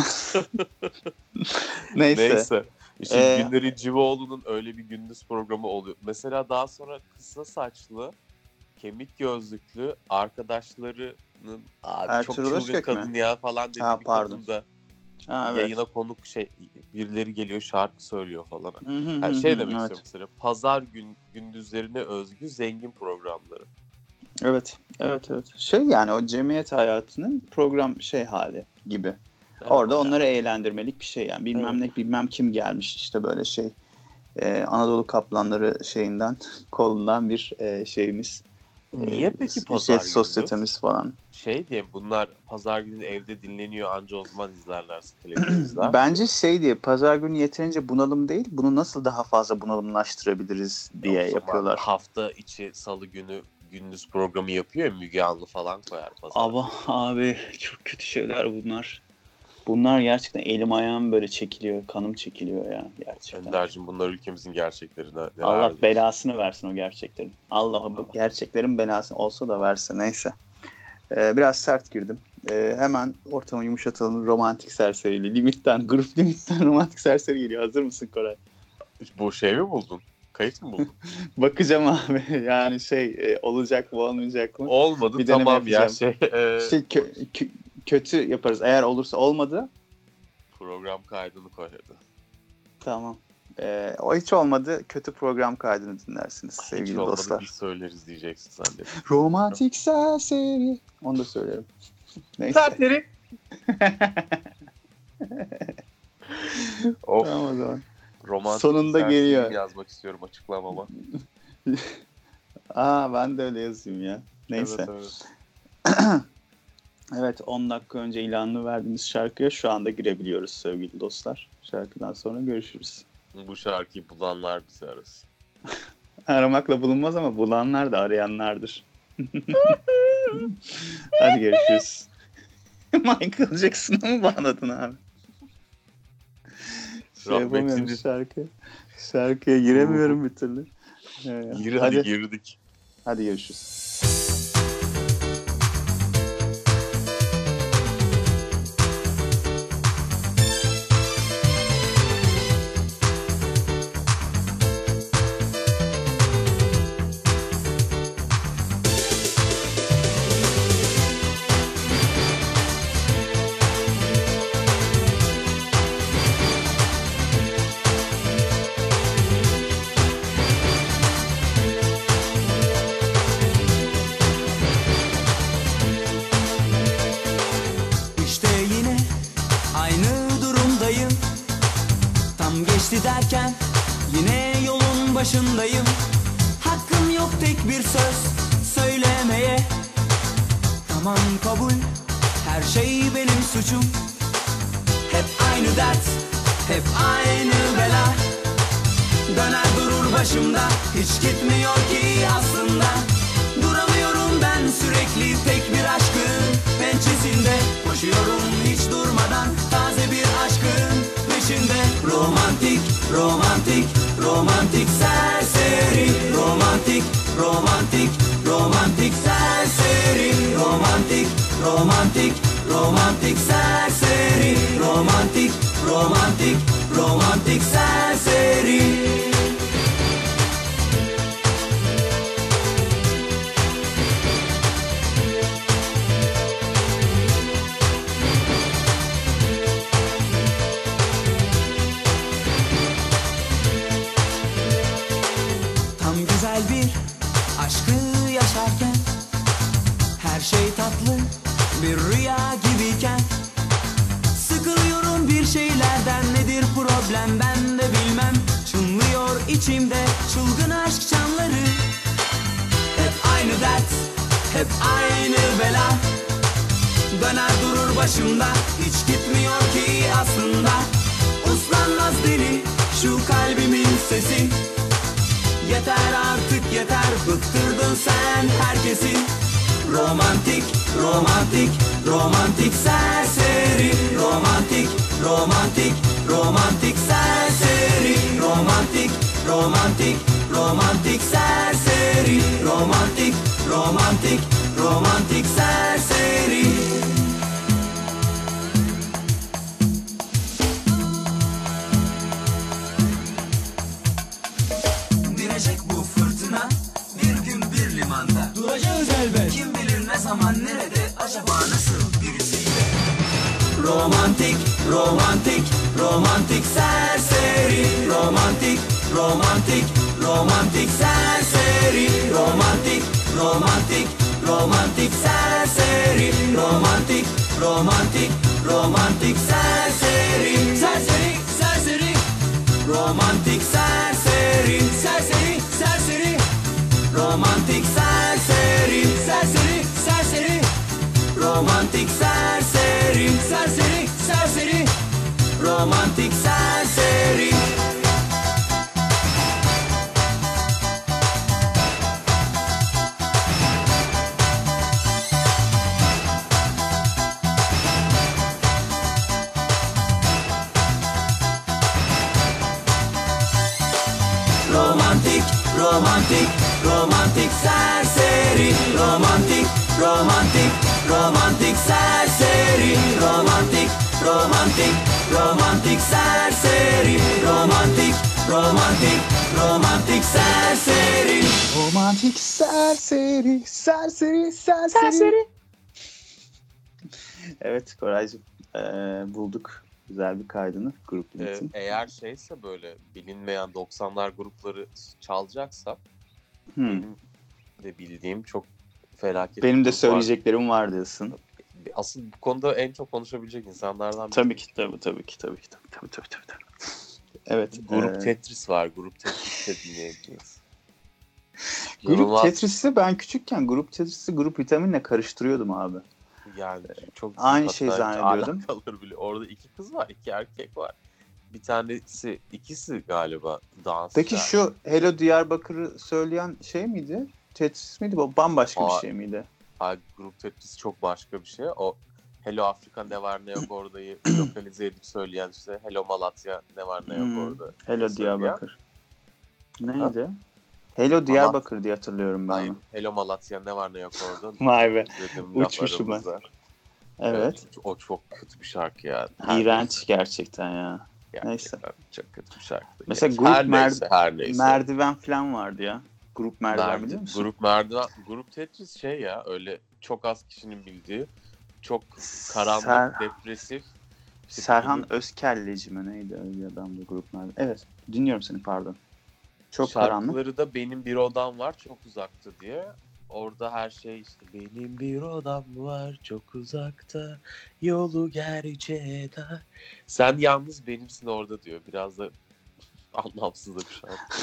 S1: Neyse.
S2: Neyse. İşte
S1: Ee,
S2: Günleri Civoğlu'nun öyle bir gündüz programı oluyor. Mesela daha sonra kısa saçlı, kemik gözlüklü arkadaşlarının abi
S1: Ertuğrul
S2: çok çılgın
S1: Özkök
S2: kadın
S1: mü?
S2: ya falan dediği
S1: Ha,
S2: bir
S1: pardon.
S2: kadın da
S1: Ha, evet.
S2: yayına konuk şey birileri geliyor şarkı söylüyor falan.
S1: Hı hı
S2: Yani
S1: hı
S2: şey
S1: hı,
S2: demek
S1: evet.
S2: istiyorum mesela pazar gün gündüzlerine özgü zengin programları.
S1: Evet. Evet evet. Şey yani o cemiyet hayatının program şey hali gibi.
S2: Evet,
S1: Orada
S2: yani.
S1: onları eğlendirmelik bir şey yani. Bilmem
S2: Evet.
S1: ne bilmem kim gelmiş işte böyle şey. Ee, Anadolu Kaplanları şeyinden kolundan bir e, şeyimiz.
S2: Niye
S1: e,
S2: peki pazar
S1: jet
S2: gündüz?
S1: sosyetemiz falan.
S2: Şey diye bunlar pazar günü evde dinleniyor anca o zaman izlerlerse televizyon izler.
S1: Bence şey diye pazar günü yeterince bunalım değil, bunu nasıl daha fazla bunalımlaştırabiliriz diye
S2: o zaman
S1: yapıyorlar.
S2: hafta içi salı günü gündüz programı yapıyor ya Müge Anlı falan koyar pazar.
S1: Ama abi çok kötü şeyler bunlar. Bunlar gerçekten elim ayağım böyle çekiliyor, kanım çekiliyor ya gerçekten.
S2: Önder'cim bunlar ülkemizin gerçekleri. Ne, ne
S1: Allah
S2: verdik?
S1: belasını versin o gerçeklerin. Allah bu gerçeklerin belasını olsa da verse neyse. Ee, biraz sert girdim. Ee, hemen ortamı yumuşatalım. Romantik serseriyle. Limit'ten, grup Limit'ten romantik serseri geliyor. Hazır mısın Koray?
S2: Bu şey mi buldun? Kayıt mı buldun?
S1: Bakacağım abi. Yani şey e, olacak mı olmayacak mı?
S2: Olmadı
S1: Bir deneme
S2: tamam ya
S1: yapacağım.
S2: şey. E,
S1: Şey kö- kö- kötü yaparız. Eğer olursa olmadı.
S2: program kaydını koy hadi.
S1: Tamam. Ee, o hiç olmadı. Kötü program kaydını dinlersiniz sevgili
S2: Hiç olmadı
S1: dostlar.
S2: biz söyleriz diyeceksin sen de.
S1: Romantik serseri. Onu da söylerim. Neyse.
S2: Serseri. Of.
S1: Tamam o zaman.
S2: Romantik
S1: Sonunda
S2: serseri
S1: geliyor.
S2: yazmak istiyorum açıklamama.
S1: Aa ben de öyle yazayım ya. Neyse.
S2: Evet, evet.
S1: Evet on dakika önce ilanını verdiğimiz şarkıya şu anda girebiliyoruz sevgili dostlar. Şarkıdan sonra görüşürüz.
S2: Bu şarkıyı bulanlar bizi arasın.
S1: Aramakla bulunmaz ama bulanlar da arayanlardır. Hadi görüşürüz. Michael Jackson'a mı bağladın abi? Şey yapamıyorum
S2: Rahmetli.
S1: şarkı. Şarkıya giremiyorum bir türlü. Ee,
S2: Gir hadi,
S1: hadi
S2: girdik.
S1: Hadi görüşürüz.
S3: Geçti derken yine yolun başındayım. Hakkım yok tek bir söz söylemeye. Tamam kabul, her şey benim suçum. Hep aynı dert, hep aynı bela. Döner durur başımda, hiç gitmiyor ki aslında. Duramıyorum ben sürekli tek bir aşkın pençesinde. Koşuyorum hiç durmadan taze bir aşkın peşinde. Romantik, romantik, romantik serseri. Romantik, romantik, romantik serseri. Romantik, romantik, romantik serseri. Romantik, romantik, romantik serseri. Her şey tatlı bir rüya gibiyken sıkılıyorum bir şeylerden, nedir problem bende içimde çılgın aşk çanları. Hep aynı dert, hep aynı bela. Döner durur başımda, hiç gitmiyor ki aslında. Uslanmaz deli şu kalbimin sesi. Yeter artık yeter, bıktırdın sen herkesi. Romantik, romantik, romantik serseri. Romantik, romantik, romantik serseri. Romantik, romantik, romantik serseri. Romantik, romantik, romantik serseri. Girecek bu fırtına bir gün bir limanda. Duracağız elbet. Kim bilir ne zaman nerede acaba nasıl birisiyle. Romantik, romantik, romantik serseri. Romantik, romantik, romantik serseri. Romantik, romantik, romantik serseri. Romantik, romantik, romantik serseri. Serseri, serseri. Romantik serseri. Serseri, serseri. Romantik serseri. Serseri, serseri. Romantik serseri. Serseri, serseri. Romantik serseri. Romantik, romantik, romantik serseri. Romantik, romantik, romantik serseri. Romantik, romantik, romantik serseri. Romantik, romantik, romantik serseri.
S1: Romantik serseri, serseri, serseri. Evet Koraycığım, eee, bulduk güzel bir kaydını grup
S2: Ee,
S1: için.
S2: eğer şeyse böyle bilinmeyen doksanlar grupları çalacaksa
S1: Hmm.
S2: benim de bildiğim çok felaket
S1: Benim
S2: bir
S1: de
S2: grup var.
S1: söyleyeceklerim var diyorsun.
S2: Asıl bu konuda en çok konuşabilecek insanlardan biri.
S1: Tabii ki tabii tabii ki tabii ki tabii tabii tabii tabii. tabii. Evet.
S2: Grup
S1: eee,
S2: Tetris var. Grup Tetris de dinleyebiliriz.
S1: Grup
S2: İnanılmaz-
S1: Tetris'i ben küçükken Grup Tetris'i Grup Vitamin'le karıştırıyordum abi.
S2: Yani çok
S1: Aynı
S2: hatta
S1: şey
S2: hiç
S1: zannediyordum.
S2: alakaları bile. Orada iki kız var, iki erkek var. Bir tanesi, ikisi galiba dansçı.
S1: Peki şu Hello Diyarbakır'ı söyleyen şey miydi? Tetris miydi? Bu bambaşka
S2: Aa,
S1: bir şey miydi?
S2: Ay, Grup Tetris çok başka bir şey. O Hello Afrika ne var ne yok oradayı lokalize edip söyleyen işte Hello Malatya ne var ne yok
S1: Hmm,
S2: orada.
S1: Hello
S2: söyleyen.
S1: Diyarbakır. Neydi? Hello Diyarbakır diye hatırlıyorum ben
S2: Hayır,
S1: onu.
S2: Hello Malatya ne var ne yok orada.
S1: Vay be.
S2: Dedim,
S1: Uçmuşum ben.
S2: laflarımızda.
S1: Evet.
S2: O çok kötü bir şarkı ya. Her
S1: İğrenç
S2: neyse.
S1: gerçekten ya.
S2: Gerçekten
S1: Neyse.
S2: çok kötü bir şarkı.
S1: Mesela
S2: Geç.
S1: grup
S2: her
S1: mer-
S2: neyse, her neyse.
S1: merdiven falan vardı ya. Grup merdiven
S2: Merdi-
S1: biliyor musun?
S2: Grup merdiven, grup Tetris şey ya öyle çok az kişinin bildiği, çok karanlık,
S1: Ser-
S2: depresif. işte
S1: Serhan
S2: bilim-
S1: Özkelleci mi neydi öyle bir adamdı grup merdiven. Evet. Dinliyorum seni pardon. Çok karanlık.
S2: şarkıları da benim bir odam var çok uzakta diye. Orada her şey işte benim bir odam var çok uzakta yolu gerçeğe dar. Sen yalnız benimsin orada diyor. Biraz da anlamsız da bir şarkı.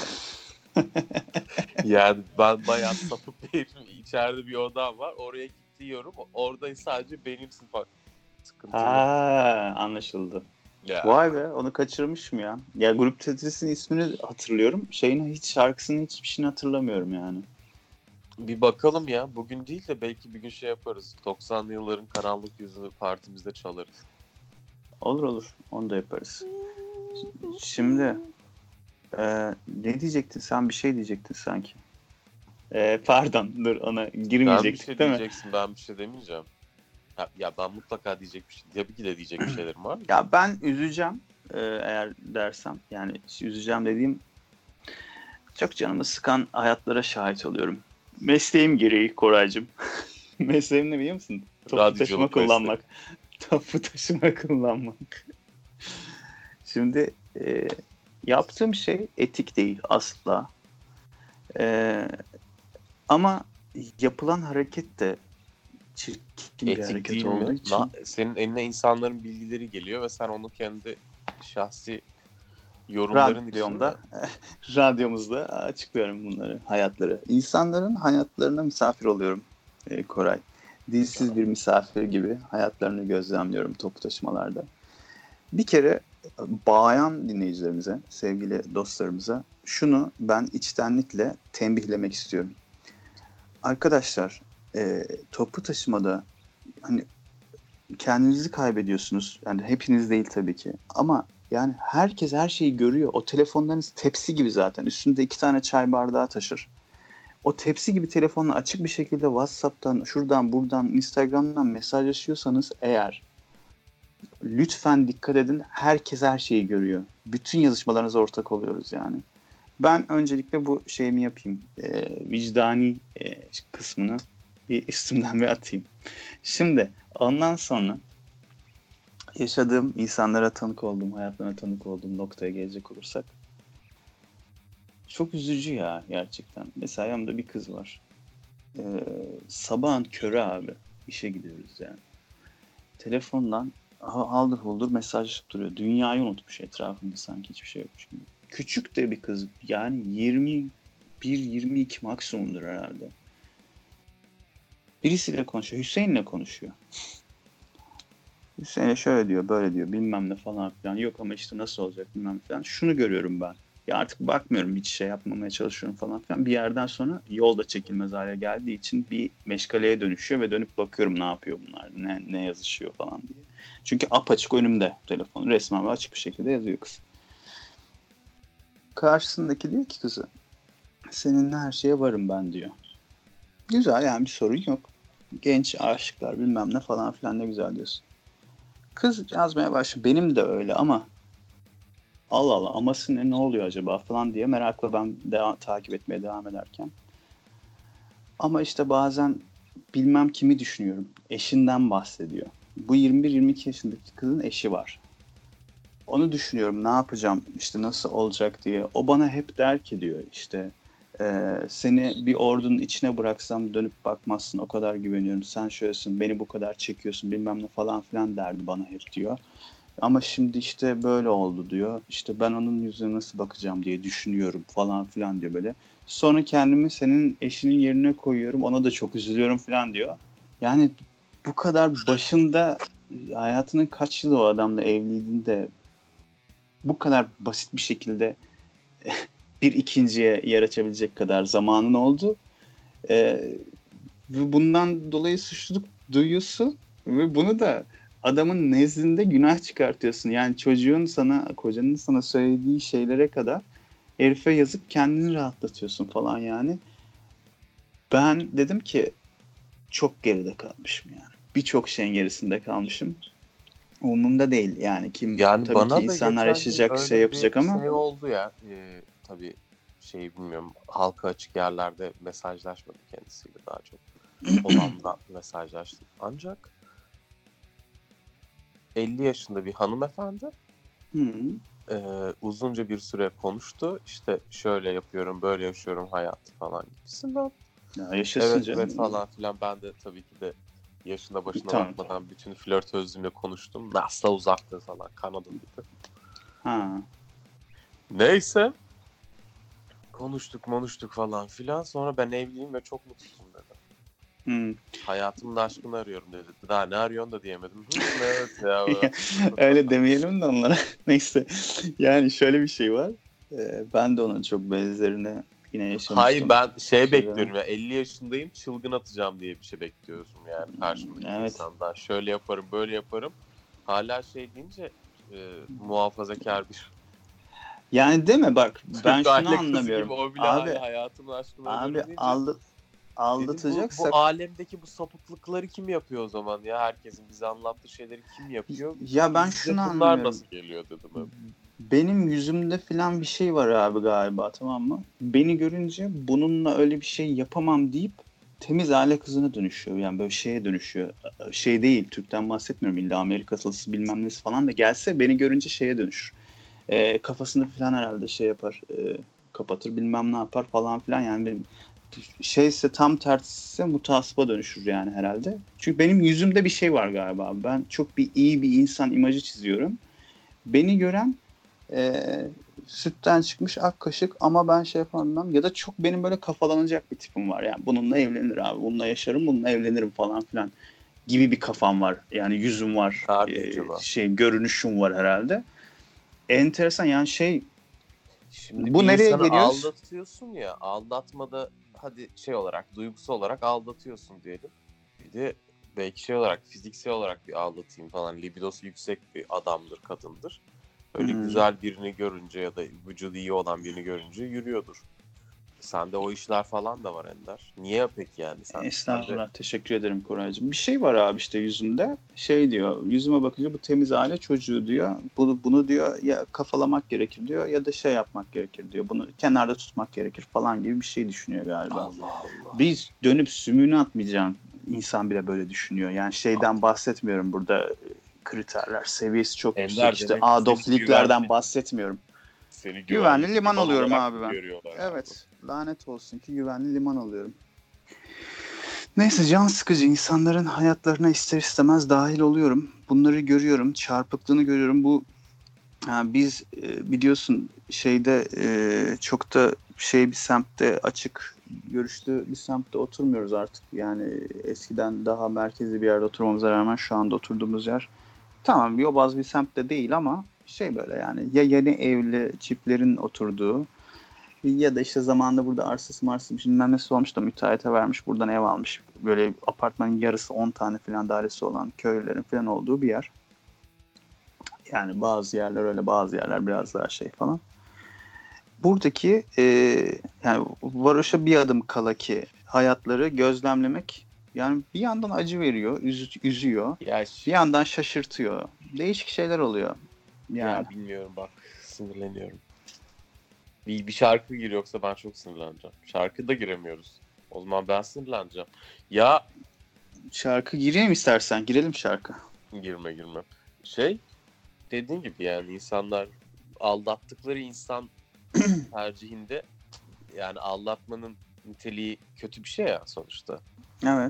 S2: Yani ben bayağı sapık bir herifim. İçeride bir odam var. Oraya gidiyorum. Orada sadece benimsin falan. Sıkıntılı.
S1: Ha, anlaşıldı.
S2: Ya.
S1: Vay be onu kaçırmışım ya. Ya Grup Tetris'in ismini hatırlıyorum. Şeyini hiç şarkısının hiçbir şeyini hatırlamıyorum yani.
S2: Bir bakalım ya. Bugün değil de belki bir gün şey yaparız. doksanlı yılların karanlık yüzünü partimizde çalarız.
S1: Olur olur. Onu da yaparız. Şimdi e, ne diyecektin? Sen bir şey diyecektin sanki. E, pardon dur ona
S2: Ben bir
S1: girmeyecektik
S2: şey
S1: değil mi?
S2: diyeceksin, ben bir şey demeyeceğim. Ya, ya ben mutlaka diyecek bir şey. Tabii ki de diyecek bir şeylerim var.
S1: Ya ben üzeceğim e, eğer dersem. Yani üzeceğim dediğim çok canımı sıkan hayatlara şahit oluyorum. Mesleğim gereği Koraycığım. Mesleğim ne biliyor musun? Toplu
S2: Radyoculuk
S1: taşıma
S2: mesleği.
S1: kullanmak. Toplu taşıma kullanmak. Şimdi e, yaptığım şey etik değil asla. E, ama yapılan hareket de çirkin bir
S2: Etik
S1: hareket
S2: değil
S1: olduğu
S2: mi?
S1: için.
S2: Na- senin eline insanların bilgileri geliyor ve sen onu kendi şahsi yorumların
S1: Radyomda,
S2: içinde.
S1: radyomuzda açıklıyorum bunları, hayatları. İnsanların hayatlarına misafir oluyorum e, Koray. Dilsiz bir misafir gibi hayatlarını gözlemliyorum toplu taşımalarda. Bir kere bayan dinleyicilerimize, sevgili dostlarımıza şunu ben içtenlikle tembihlemek istiyorum. Arkadaşlar, e, toplu taşımada hani kendinizi kaybediyorsunuz. Yani hepiniz değil tabii ki. Ama yani herkes her şeyi görüyor. O telefonlarınız tepsi gibi zaten. Üstünde iki tane çay bardağı taşır. O tepsi gibi telefonla açık bir şekilde WhatsApp'tan, şuradan, buradan, Instagram'dan mesajlaşıyorsanız eğer lütfen dikkat edin. Herkes her şeyi görüyor. Bütün yazışmalarınıza ortak oluyoruz yani. Ben öncelikle bu şeyimi yapayım. E, vicdani e, kısmını bir üstümden bir atayım. Şimdi ondan sonra yaşadığım, insanlara tanık olduğum, hayatlarına tanık olduğum noktaya gelecek olursak çok üzücü ya gerçekten. Mesela yanımda bir kız var. Ee, sabahın körü abi. İşe gidiyoruz yani. Telefondan haldır huldur mesaj duruyor. Dünyayı unutmuş, etrafında sanki hiçbir şey yokmuş gibi. Küçük de bir kız. Yani yirmi bir yirmi iki maksimumdur herhalde. Birisiyle konuşuyor. Hüseyin'le konuşuyor. Hüseyin'e şöyle diyor, böyle diyor, bilmem ne falan filan. Yok ama işte nasıl olacak bilmem falan. Şunu görüyorum ben. Ya artık bakmıyorum, hiç şey yapmamaya çalışıyorum falan filan. Bir yerden sonra yol da çekilmez hale geldiği için bir meşgaleye dönüşüyor ve dönüp bakıyorum ne yapıyor bunlar, ne, ne yazışıyor falan diye. Çünkü apaçık önümde telefon. Resmen ve açık bir şekilde yazıyor kız. Karşısındaki diyor ki kızı, seninle her şeye varım ben diyor. Güzel yani, bir sorun yok. Genç aşıklar bilmem ne falan filan, ne güzel diyorsun. Kız yazmaya başlıyor. Benim de öyle ama Allah Allah aması ne, ne oluyor acaba falan diye merakla ben devam, takip etmeye devam ederken. Ama işte bazen bilmem kimi düşünüyorum. Eşinden bahsediyor. Bu yirmi bir yirmi iki yaşındaki kızın eşi var. Onu düşünüyorum, ne yapacağım, işte nasıl olacak diye. O bana hep der ki diyor işte e, seni bir ordunun içine bıraksam dönüp bakmazsın, o kadar güveniyorum. Sen şöylesin, beni bu kadar çekiyorsun bilmem ne falan filan derdi bana hep diyor. Ama şimdi işte böyle oldu diyor. İşte ben onun yüzüne nasıl bakacağım diye düşünüyorum falan filan diyor böyle. Sonra kendimi senin eşinin yerine koyuyorum. Ona da çok üzülüyorum falan diyor. Yani bu kadar başında, hayatının kaç yılı o adamla evliydin bu kadar basit bir şekilde bir ikinciye yer açabilecek kadar zamanın oldu. Ee, bundan dolayı suçluluk duyuyorsun ve bunu da adamın nezdinde günah çıkartıyorsun. Yani çocuğun sana, kocanın sana söylediği şeylere kadar herife yazıp kendini rahatlatıyorsun falan yani. Ben dedim ki çok geride kalmışım yani. Birçok şeyin gerisinde kalmışım. Umurumda değil yani, kim
S2: Yani
S1: tabii ki
S2: bana da
S1: insanlar
S2: geçen gün
S1: yaşayacak, şey
S2: öyle bir
S1: yapacak ama
S2: şey oldu ya. Ee, tabii şey bilmiyorum, halka açık yerlerde mesajlaşmadım kendisiyle, daha çok odamda mesajlaştık. Ancak elli yaşında bir hanımefendi
S1: hı,
S2: e, uzunca bir süre konuştu. İşte şöyle yapıyorum, böyle yaşıyorum hayatı falan gibisinden.
S1: ya yaşasın
S2: Evet
S1: canım.
S2: evet falan filan. Ben de tabii ki de yaşına başına
S1: Tamam.
S2: bakmadan bütün flörtözlüğümle konuştum. Nasıl uzaktı falan, kanadım gibi.
S1: Ha.
S2: Neyse. Konuştuk konuştuk falan filan. Sonra ben evliyim ve çok mutsuzum dedi.
S1: Hmm.
S2: Hayatımın aşkını arıyorum dedi. Daha ne arıyorsun da diyemedim. Hı, evet ya.
S1: Öyle demeyelim de onlara. Neyse. Yani şöyle bir şey var. Ee, ben de onun çok benzerini yine yaşamıştım.
S2: Hayır, ben şey
S1: Şeyden.
S2: bekliyorum ya, elli yaşındayım, çılgın atacağım diye bir şey bekliyorsun yani karşımdaki
S1: Evet.
S2: insandan. Şöyle yaparım, böyle yaparım. Hala şey deyince e, muhafazakar bir
S1: Yani deme bak, ben
S2: Türk
S1: şunu
S2: aile kızı
S1: anlamıyorum.
S2: gibi o bile
S1: Abi
S2: hala hayatımın aşkını
S1: abi
S2: arıyorum deyince.
S1: aldı,
S2: Dedim bu, bu
S1: aldatacaksak
S2: alemdeki bu sapıklıkları kim yapıyor o zaman ya? Herkesin bize anlattığı şeyleri kim yapıyor?
S1: ya ben
S2: Bize
S1: şunu
S2: bunlar
S1: anlamıyorum.
S2: nasıl geliyor dedim hep.
S1: Benim yüzümde falan bir şey var abi galiba, tamam mı? Beni görünce bununla öyle bir şey yapamam deyip temiz aile kızına dönüşüyor. Yani böyle şeye dönüşüyor. Şey değil, Türk'ten bahsetmiyorum. İlla Amerikalısı bilmem nesi falan da gelse beni görünce şeye dönüşür. E, kafasını falan herhalde şey yapar. E, kapatır bilmem ne yapar falan filan. Yani benim şeyse, tam tersiyse mutasıba dönüşür yani herhalde. Çünkü benim yüzümde bir şey var galiba. Ben çok bir iyi bir insan imajı çiziyorum. Beni gören e, sütten çıkmış ak kaşık ama ben şey yapamam ya da çok benim böyle kafalanacak bir tipim var. Yani bununla evlenir abi, bununla yaşarım, bununla evlenirim falan filan gibi bir kafam var. Yani yüzüm var,
S2: Harbi
S1: e,
S2: acaba.
S1: şey görünüşüm var herhalde. Enteresan yani şey
S2: Şimdi
S1: bu
S2: bir
S1: nereye
S2: insanı
S1: geliyoruz?
S2: aldatıyorsun ya, aldatmada hadi şey olarak, duygusal olarak aldatıyorsun diyelim. Bir de belki şey olarak, fiziksel olarak bir aldatayım falan, libidosu yüksek bir adamdır, kadındır. Öyle
S1: Hmm.
S2: güzel birini görünce ya da vücudu iyi olan birini görünce yürüyordur. Sende o işler falan da var Ender. Niye peki yani sen?
S1: Estağfurullah. Teşekkür ederim Koraycığım. Bir şey var abi işte yüzümde. Şey diyor. Yüzüme bakınca bu temiz aile çocuğu diyor. Bunu, bunu diyor ya kafalamak gerekir diyor ya da şey yapmak gerekir diyor. Bunu kenarda tutmak gerekir falan gibi bir şey düşünüyor galiba.
S2: Allah Allah.
S1: Biz dönüp sümüğünü atmayacağın insan bile böyle düşünüyor. Yani şeyden bahsetmiyorum burada, kriterler seviyesi çok
S2: Ender,
S1: yüksek. İşte
S2: demek ki
S1: Adolf
S2: seni
S1: Hitler'den
S2: güvenli-
S1: bahsetmiyorum.
S2: Seni
S1: Güvenli liman oluyorum
S2: olarak
S1: abi
S2: mı
S1: ben.
S2: görüyorlar abi?
S1: Evet. Lanet olsun ki güvenli liman alıyorum. Neyse can sıkıcı insanların hayatlarına ister istemez dahil oluyorum. Bunları görüyorum. Çarpıklığını görüyorum. Bu ha, biz e, biliyorsun şeyde e, çok da şey bir semtte açık görüşlü bir semtte oturmuyoruz artık. Yani eskiden daha merkezi bir yerde oturmamıza rağmen şu anda oturduğumuz yer tamam yobaz bir semtte değil ama şey böyle yani ya yeni evli çiftlerin oturduğu ya da işte zamanında burada arsası marsası bilmem nesi olmuş da müteahhite vermiş buradan ev almış. Böyle apartmanın yarısı on tane falan dairesi olan köylülerin falan olduğu bir yer. Yani bazı yerler öyle bazı yerler biraz daha şey falan. Buradaki e, yani varoşa bir adım kala ki hayatları gözlemlemek yani bir yandan acı veriyor, üz- üzüyor.
S2: Ya,
S1: Bir yandan şaşırtıyor. Değişik şeyler oluyor. Yani
S2: ya bilmiyorum bak, sinirleniyorum. Bir, bir şarkı gir yoksa ben çok sinirleneceğim. Şarkı da giremiyoruz. O zaman ben sinirleneceğim. Ya
S1: şarkı gireyim istersen. Girelim şarkı.
S2: girme girme. Şey, dediğin gibi yani insanlar aldattıkları insan tercihinde, yani aldatmanın niteliği kötü bir şey ya sonuçta.
S1: Evet.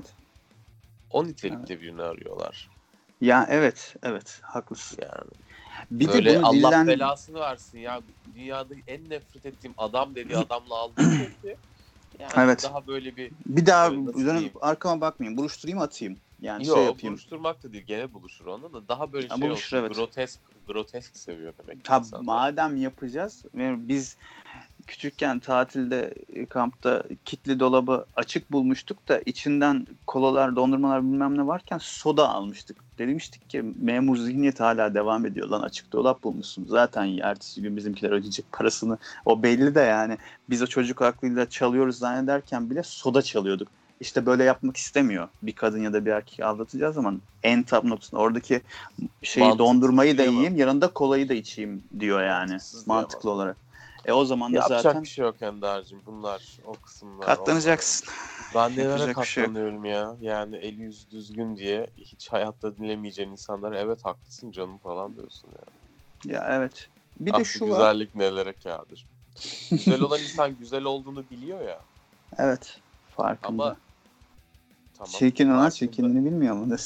S2: O nitelikte birini arıyorlar.
S1: Ya evet, evet haklısın.
S2: Yani
S1: Bir de
S2: böyle
S1: bunu
S2: Allah
S1: dillen
S2: belasını versin ya, dünyada en nefret ettiğim adam dediği adamla aldatıyor ki. Yani
S1: evet.
S2: daha böyle bir
S1: Bir daha
S2: böyle nasıl
S1: dönüp
S2: diyeyim?
S1: arkama bakmayayım. Buruşturayım atayım. Yani şey
S2: Yok,
S1: yapayım.
S2: buluşturmak da değil, gene buluşur onunla da, daha böyle
S1: Ya
S2: şey
S1: buluşur,
S2: olsun,
S1: evet.
S2: grotesk grotesk seviyor demek ki
S1: Ha,
S2: insanlar.
S1: madem yapacağız ve biz küçükken tatilde e, kampta kitli dolabı açık bulmuştuk da içinden kolalar, dondurmalar bilmem ne varken soda almıştık. Demiştik ki memur zihniyeti hala devam ediyor lan, açık dolap bulmuşsun. Zaten ertesi gün bizimkiler ödeyecek parasını. O belli de yani biz o çocuk aklıyla çalıyoruz zannederken bile soda çalıyorduk. İşte böyle yapmak istemiyor. Bir kadın ya da bir erkek aldatacağı zaman en tap noktasında oradaki şeyi
S2: Mantıksız
S1: dondurmayı da
S2: diyemem.
S1: yiyeyim yanında kolayı da içeyim diyor yani
S2: Mantıksız
S1: mantıklı
S2: diyemem.
S1: olarak. E o zaman da
S2: Yapacak
S1: zaten
S2: bir şey yok Ender'cim. Bunlar, o kısımlar.
S1: katlanacaksın.
S2: Onlar. Ben nelere
S1: Yapacak bir şey yok.
S2: katlanıyorum ya. Yani eli yüzü düzgün diye hiç hayatta dinlemeyeceğin insanlara evet haklısın canım falan diyorsun ya.
S1: Ya evet. Bir
S2: Ah,
S1: de şu var.
S2: güzellik nelere kârdır. Güzel olan insan güzel olduğunu biliyor ya.
S1: Evet. Farkında.
S2: Ama tamam.
S1: Çirkin olan
S2: farkında.
S1: çirkinliğini bilmiyor mu?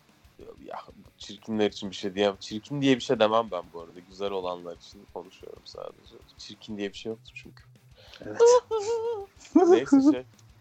S2: Ya çirkinler için bir şey diyemem. Çirkin diye bir şey demem ben bu arada. Güzel olanlar için konuşuyorum sadece. Çirkin diye bir şey yoktur çünkü.
S1: Evet.
S2: Neyse şey.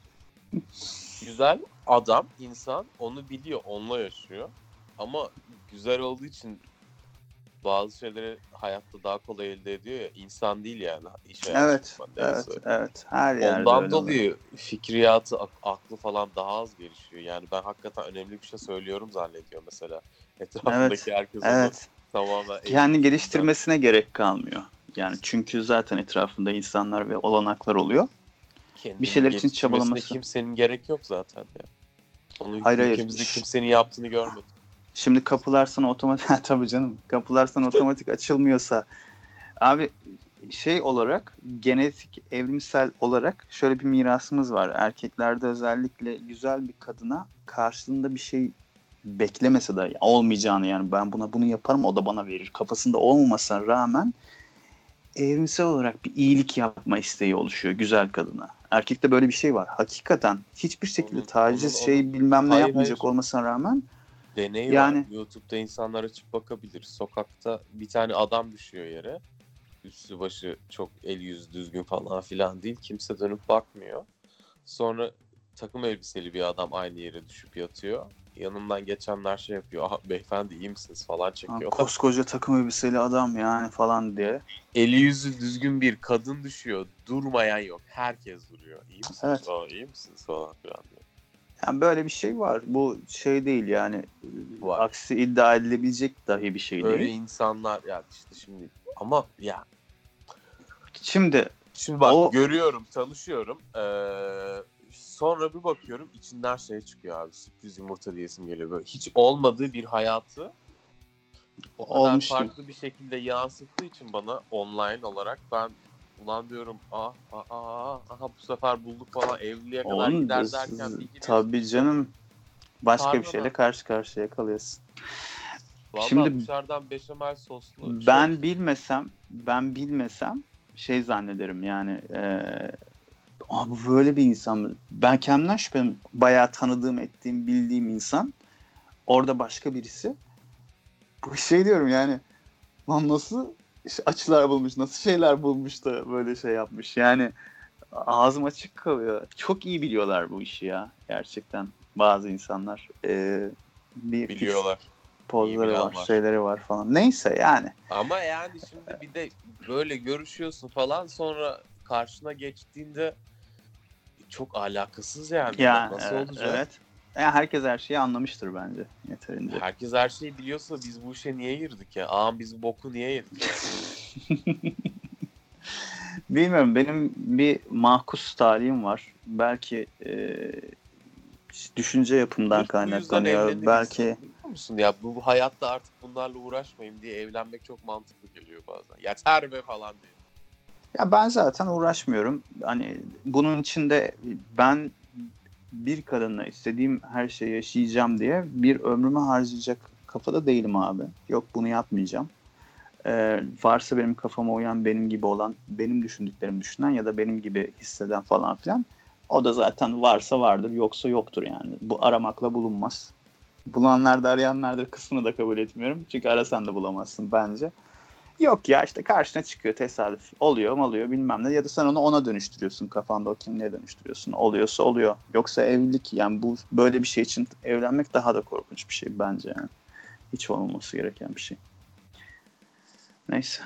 S2: Güzel adam, insan onu biliyor, onunla yaşıyor. Ama güzel olduğu için bazı şeyleri hayatta daha kolay elde ediyor ya. İnsan değil yani. İş hayatı
S1: Evet.
S2: falan,
S1: Evet.
S2: neyse.
S1: Evet. Her yerde
S2: Ondan
S1: öyle oluyor.
S2: dolayı fikriyatı, ak- aklı falan daha az gelişiyor. Yani ben hakikaten önemli bir şey söylüyorum zannediyor mesela. Etrafındaki
S1: Evet.
S2: herkes onu
S1: Evet.
S2: tamamen...
S1: Kendi geliştirmesine gerek kalmıyor. Yani çünkü zaten etrafında insanlar ve olanaklar oluyor.
S2: Kendini
S1: Bir şeyler için
S2: geliştirmesine
S1: çabalaması.
S2: kimsenin gerek yok zaten ya. Onu
S1: Hayır, hayır.
S2: ülkemizde kimsenin yaptığını görmedim.
S1: Şimdi kapılar sana otomatik tabii canım. Kapılar sana otomatik açılmıyorsa abi şey olarak genetik evrimsel olarak şöyle bir mirasımız var. Erkeklerde özellikle güzel bir kadına karşılığında bir şey beklemese de olmayacağını yani ben buna bunu yaparım o da bana verir kafasında olmamasına rağmen evrimsel olarak bir iyilik yapma isteği oluşuyor güzel kadına. Erkekte böyle bir şey var. Hakikaten hiçbir şekilde
S2: Onun-
S1: taciz
S2: onun-
S1: şey
S2: onun-
S1: bilmem ne
S2: Hayır,
S1: yapmayacak
S2: hayır.
S1: olmasına rağmen
S2: Deney
S1: yani
S2: var. YouTube'da insanlar açıp bakabilir. Sokakta bir tane adam düşüyor yere. üstü başı çok el yüzü düzgün falan filan değil. Kimse dönüp bakmıyor. Sonra takım elbiseli bir adam aynı yere düşüp yatıyor. Yanından geçenler şey yapıyor. Aha, beyefendi iyi misiniz falan
S1: Ha,
S2: çekiyor.
S1: koskoca takım elbiseli adam yani falan diye.
S2: Eli yüzü düzgün bir kadın düşüyor. Durmayan yok. Herkes duruyor. İyi misiniz?
S1: Evet.
S2: Aa, iyi misiniz falan filan diyor.
S1: Yani böyle bir şey var. Bu şey değil yani.
S2: Var.
S1: Aksi iddia edilebilecek dahi bir şey
S2: Öyle
S1: değil.
S2: insanlar ya işte şimdi ama ya
S1: Şimdi
S2: şimdi bak
S1: o
S2: görüyorum, tanışıyorum. Ee, sonra bir bakıyorum içinden şey çıkıyor abi. Sürpriz yumurta diyesim geliyor böyle. Hiç olmadığı bir hayatı o kadar
S1: olmuş gibi.
S2: farklı bir şekilde yansıttığı için bana online olarak ben ulan diyorum ah ah ah aha bu sefer bulduk falan evliliğe kadar
S1: Onun
S2: gider derken bir giriyorsun.
S1: tabii canım başka bir
S2: Tarhana.
S1: şeyle karşı karşıya kalıyorsun.
S2: Vallahi
S1: Şimdi
S2: dışarıdan beşamel soslu
S1: ben
S2: şey.
S1: bilmesem ben bilmesem şey zannederim yani eee Aa, bu böyle bir insan mı? Ben kendimden şüphem. Bayağı tanıdığım, ettiğim, bildiğim insan. Orada başka birisi. Bu şey diyorum yani. Lan nasıl açılar bulmuş, nasıl şeyler bulmuş da böyle şey yapmış. Yani ağzım açık kalıyor. Çok iyi biliyorlar bu işi ya. Gerçekten bazı insanlar. Ee, bir fix
S2: Biliyorlar. İyi
S1: pozları
S2: bilen
S1: var,
S2: var.
S1: şeyleri var falan. Neyse yani.
S2: Ama yani şimdi bir de böyle görüşüyorsun falan sonra karşına geçtiğinde çok alakasız yani.
S1: Ya
S2: Nasıl
S1: e,
S2: olacak?
S1: evet. Yani herkes her şeyi anlamıştır bence yeterince.
S2: Herkes her şeyi biliyorsa biz bu işe niye girdik ya? Ağam biz bu boku niye yedik?
S1: Bilmiyorum benim bir mahkus talihim var. Belki e, düşünce yapımdan
S2: Sırf bu yüzden
S1: kaynaklanıyor.
S2: evleniriz.
S1: Belki
S2: Biliyor musun ya bu, bu hayatta artık bunlarla uğraşmayayım diye evlenmek çok mantıklı geliyor bazen. Yeter be falan diye.
S1: ya ben zaten uğraşmıyorum. Hani bunun içinde ben bir kadınla istediğim her şeyi yaşayacağım diye bir ömrümü harcayacak kafada değilim abi. Yok bunu yapmayacağım. Ee, varsa benim kafama uyan, benim gibi olan, benim düşündüklerimi düşünen ya da benim gibi hisseden falan filan. O da zaten varsa vardır, yoksa yoktur yani. Bu aramakla bulunmaz. Bulanlar da arayanlardır kısmını da kabul etmiyorum. Çünkü arasan da bulamazsın bence. Yok ya işte karşına çıkıyor tesadüf. Oluyor mu oluyor bilmem ne. Ya da sen onu ona dönüştürüyorsun. Kafanda o kimliğe dönüştürüyorsun. Oluyorsa oluyor. Yoksa evlilik yani bu böyle bir şey için evlenmek daha da korkunç bir şey bence yani. Hiç olmaması gereken bir şey. Neyse.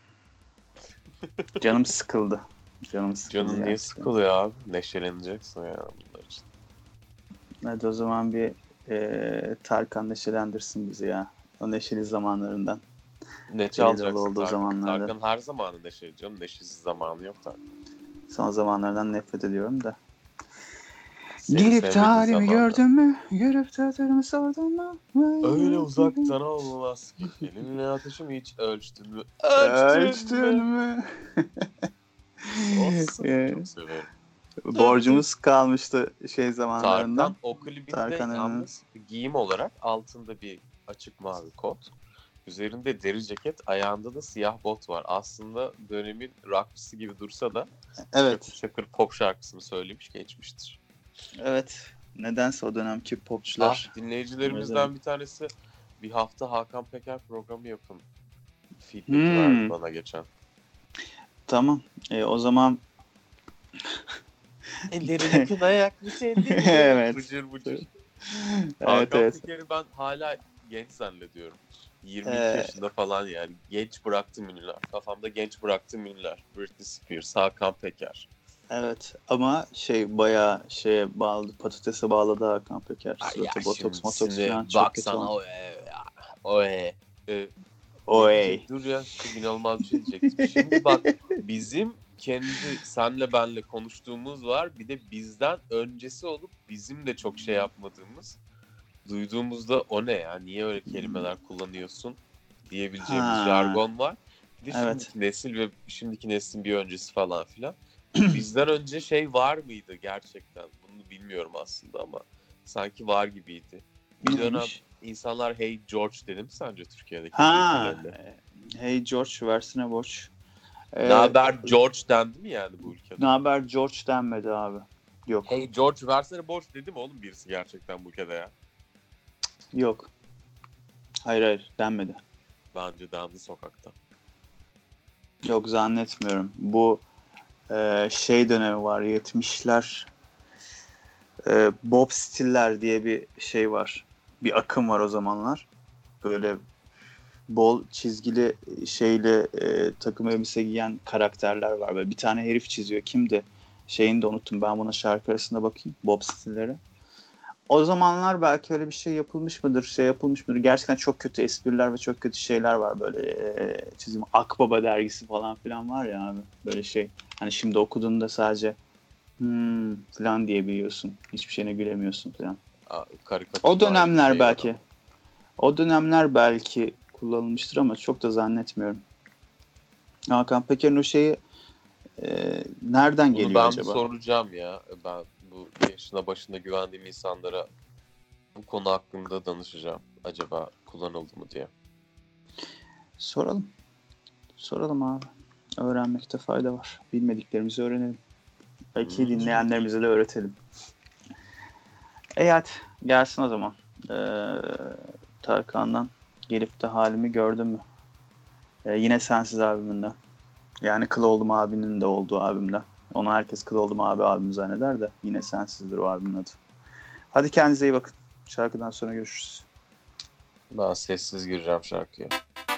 S1: Canım sıkıldı. Canım sıkıldı.
S2: Canın niye
S1: gerçekten.
S2: sıkılıyor abi? Neşeleneceksin ya bunlar için.
S1: Hadi o zaman bir e, Tarkan neşelendirsin bizi ya. O neşeli zamanlarından.
S2: Ne
S1: dolu
S2: çalacaksın
S1: olduğu
S2: Tarkan?
S1: zamanlarda.
S2: Tarkan her zamanı neşeli canım. Neşesiz zamanı yok Tarkan.
S1: Son zamanlardan nefret ediyorum da.
S2: Seni
S1: Girip
S2: sevmediğin
S1: tarihimi
S2: zamanda.
S1: gördün mü? Görüp tarihimi sordun mu?
S2: Öyle uzaktan olmaz ki. Elinle ateşimi hiç ölçtün mü?
S1: Ölçtün
S2: Ölçtün mü?
S1: mü?
S2: Olsun.
S1: Ee,
S2: Çok severim.
S1: Borcumuz kalmıştı şey zamanlarından.
S2: Tarkan o klibinde
S1: Tarkan'ın
S2: yalnız giyim olarak altında bir açık mavi kot. Üzerinde deri ceket, ayağında da siyah bot var. Aslında dönemin rockçısı gibi dursa da
S1: evet.
S2: şakır şakır pop şarkısını söylemiş geçmiştir.
S1: Evet. Nedense o dönemki
S2: Ah
S1: popçular.
S2: dinleyicilerimizden bir tanesi bir hafta Hakan Peker programı yapın feedback'i
S1: Hmm.
S2: verdi bana geçen.
S1: Tamam. E, o zaman
S2: Ellerini kına yakmış ellerini.
S1: Evet.
S2: Bıcır bıcır.
S1: evet
S2: Hakan
S1: evet.
S2: Peker'i ben hala genç zannediyorum. yirmi iki
S1: Ee,
S2: yaşında falan yani. Genç bıraktım ünlüler. Kafamda genç bıraktım ünlüler. Britney Spears, Hakan Peker.
S1: Evet ama şey bayağı şeye bağladı, patatese bağladı Hakan Peker.
S2: Ay ya
S1: Suratı botoks, motoks
S2: şimdi
S1: falan çok kötü
S2: baksana
S1: olmuş.
S2: o e, o e. e
S1: O
S2: ne
S1: ey.
S2: diyecek? Dur ya çok inanılmaz bir şey diyecektim. Şimdi bak bizim kendi senle benle konuştuğumuz var. Bir de bizden öncesi olup bizim de çok şey yapmadığımız duyduğumuzda o ne ya niye öyle kelimeler kullanıyorsun diyebileceğimiz
S1: Ha,
S2: jargon var. Bir de
S1: evet.
S2: şimdiki nesil ve şimdiki neslin bir öncesi falan filan. Bizden önce şey var mıydı gerçekten? Bunu bilmiyorum aslında ama sanki var gibiydi. Bir dönem
S1: Neymiş?
S2: insanlar Hey George dedi mi sence Türkiye'deki
S1: Ha,
S2: ülkelerinde?
S1: Hey George versene borç.
S2: Ne
S1: Ee,
S2: haber George dendi mi yani bu ülkede?
S1: ne haber George denmedi abi. Yok.
S2: Hey George versene borç dedi mi oğlum birisi gerçekten bu ülkede ya?
S1: Yok. Hayır hayır denmedi.
S2: Bence dendi sokakta.
S1: Yok, zannetmiyorum. Bu e, şey dönemi var, yetmişler. E, Bob Stiller diye bir şey var. Bir akım var o zamanlar. Böyle bol çizgili şeyle e, takım elbise giyen karakterler var. Böyle bir tane herif çiziyor. Kimdi? Şeyini de unuttum. Ben buna şarkı arasında bakayım. Bob Stiller'e. O zamanlar belki öyle bir şey yapılmış mıdır? Şey yapılmış mıdır? Gerçekten çok kötü espriler ve çok kötü şeyler var. Böyle e, çizim. Akbaba dergisi falan filan var ya abi. Böyle şey. Hani şimdi okuduğunda sadece hmm falan diye biliyorsun. Hiçbir şeyine gülemiyorsun falan.
S2: Aa, karikatür
S1: O
S2: var,
S1: dönemler
S2: şey
S1: belki.
S2: adam.
S1: O dönemler belki kullanılmıştır ama çok da zannetmiyorum. Hakan Peker'in o şeyi e, nereden
S2: Bunu
S1: geliyor
S2: ben
S1: acaba?
S2: bir soracağım ya. Ben bu yaşına başında güvendiğim insanlara bu konu hakkında danışacağım. Acaba kullanıldı mı diye.
S1: Soralım. Soralım abi. Öğrenmekte fayda var. Bilmediklerimizi öğrenelim. Belki
S2: Hmm.
S1: dinleyenlerimize de öğretelim. E hadi gelsin o zaman. Ee, Tarkan'dan gelip de halimi gördün mü? Ee, yine Sensiz albümünden. Yani Kıl Oldum abinin de olduğu albümden. Onu herkes Kıl Oldum abi albüm zanneder de yine Sensizdir o albümün adı. Hadi kendinize iyi bakın. Şarkıdan sonra görüşürüz.
S2: Ben sessiz gireceğim şarkıya.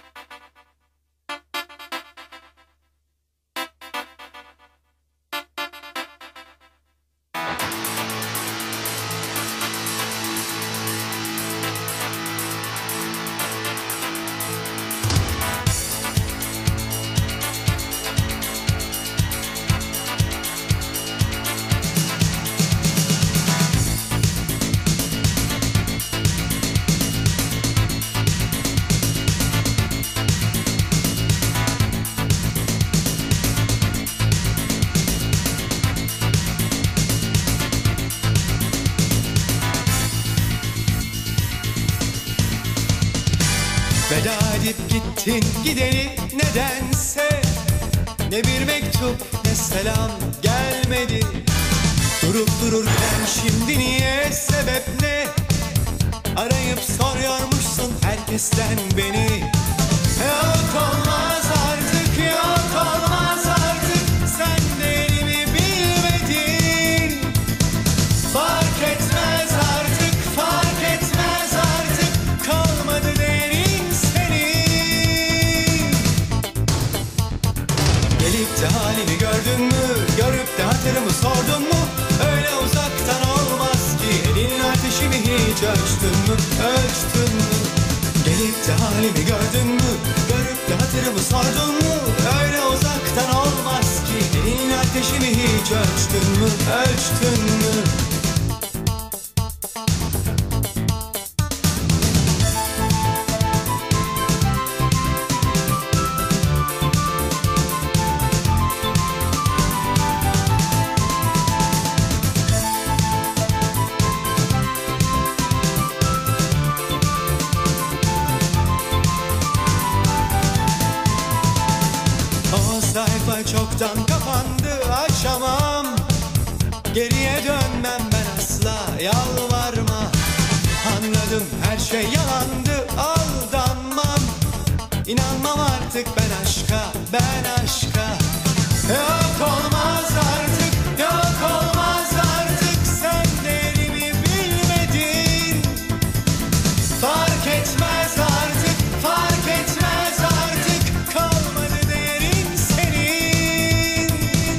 S3: Veda edip gittin gideri nedense. Ne bir mektup ne selam gelmedi. Durup dururken şimdi niye, sebep ne? Arayıp soruyormuşsun herkesten beni. Yok olmaz artık, yok olmaz artık. Sen de elimi bilmedin. Fark etmez artık, fark etmez artık. Kalmadı değerin senin. Gelip de halimi gördün mü? Görüp de hatırımı sordun mu? Öyle uzaktan olmaz ki. Elinin ateşimi hiç ölçtün mü? Ölçtün mü? Gelip de halimi gördün mü? Görüp de hatırımı sordun mu? Öyle uzaktan olmaz ki. Elinin ateşimi hiç ölçtün mü? Ölçtün mü? O sayfa çoktan kapandı, açamam. Geriye dönmem ben asla, yalvarma. Anladım her şey yalandı, aldanmam. İnanmam artık ben aşka, ben aşka. Yok olmaz artık, yok olmaz artık. Sen de elimi bilmedin. Fark etmez artık, fark etmez artık. Kalmadı değerin senin.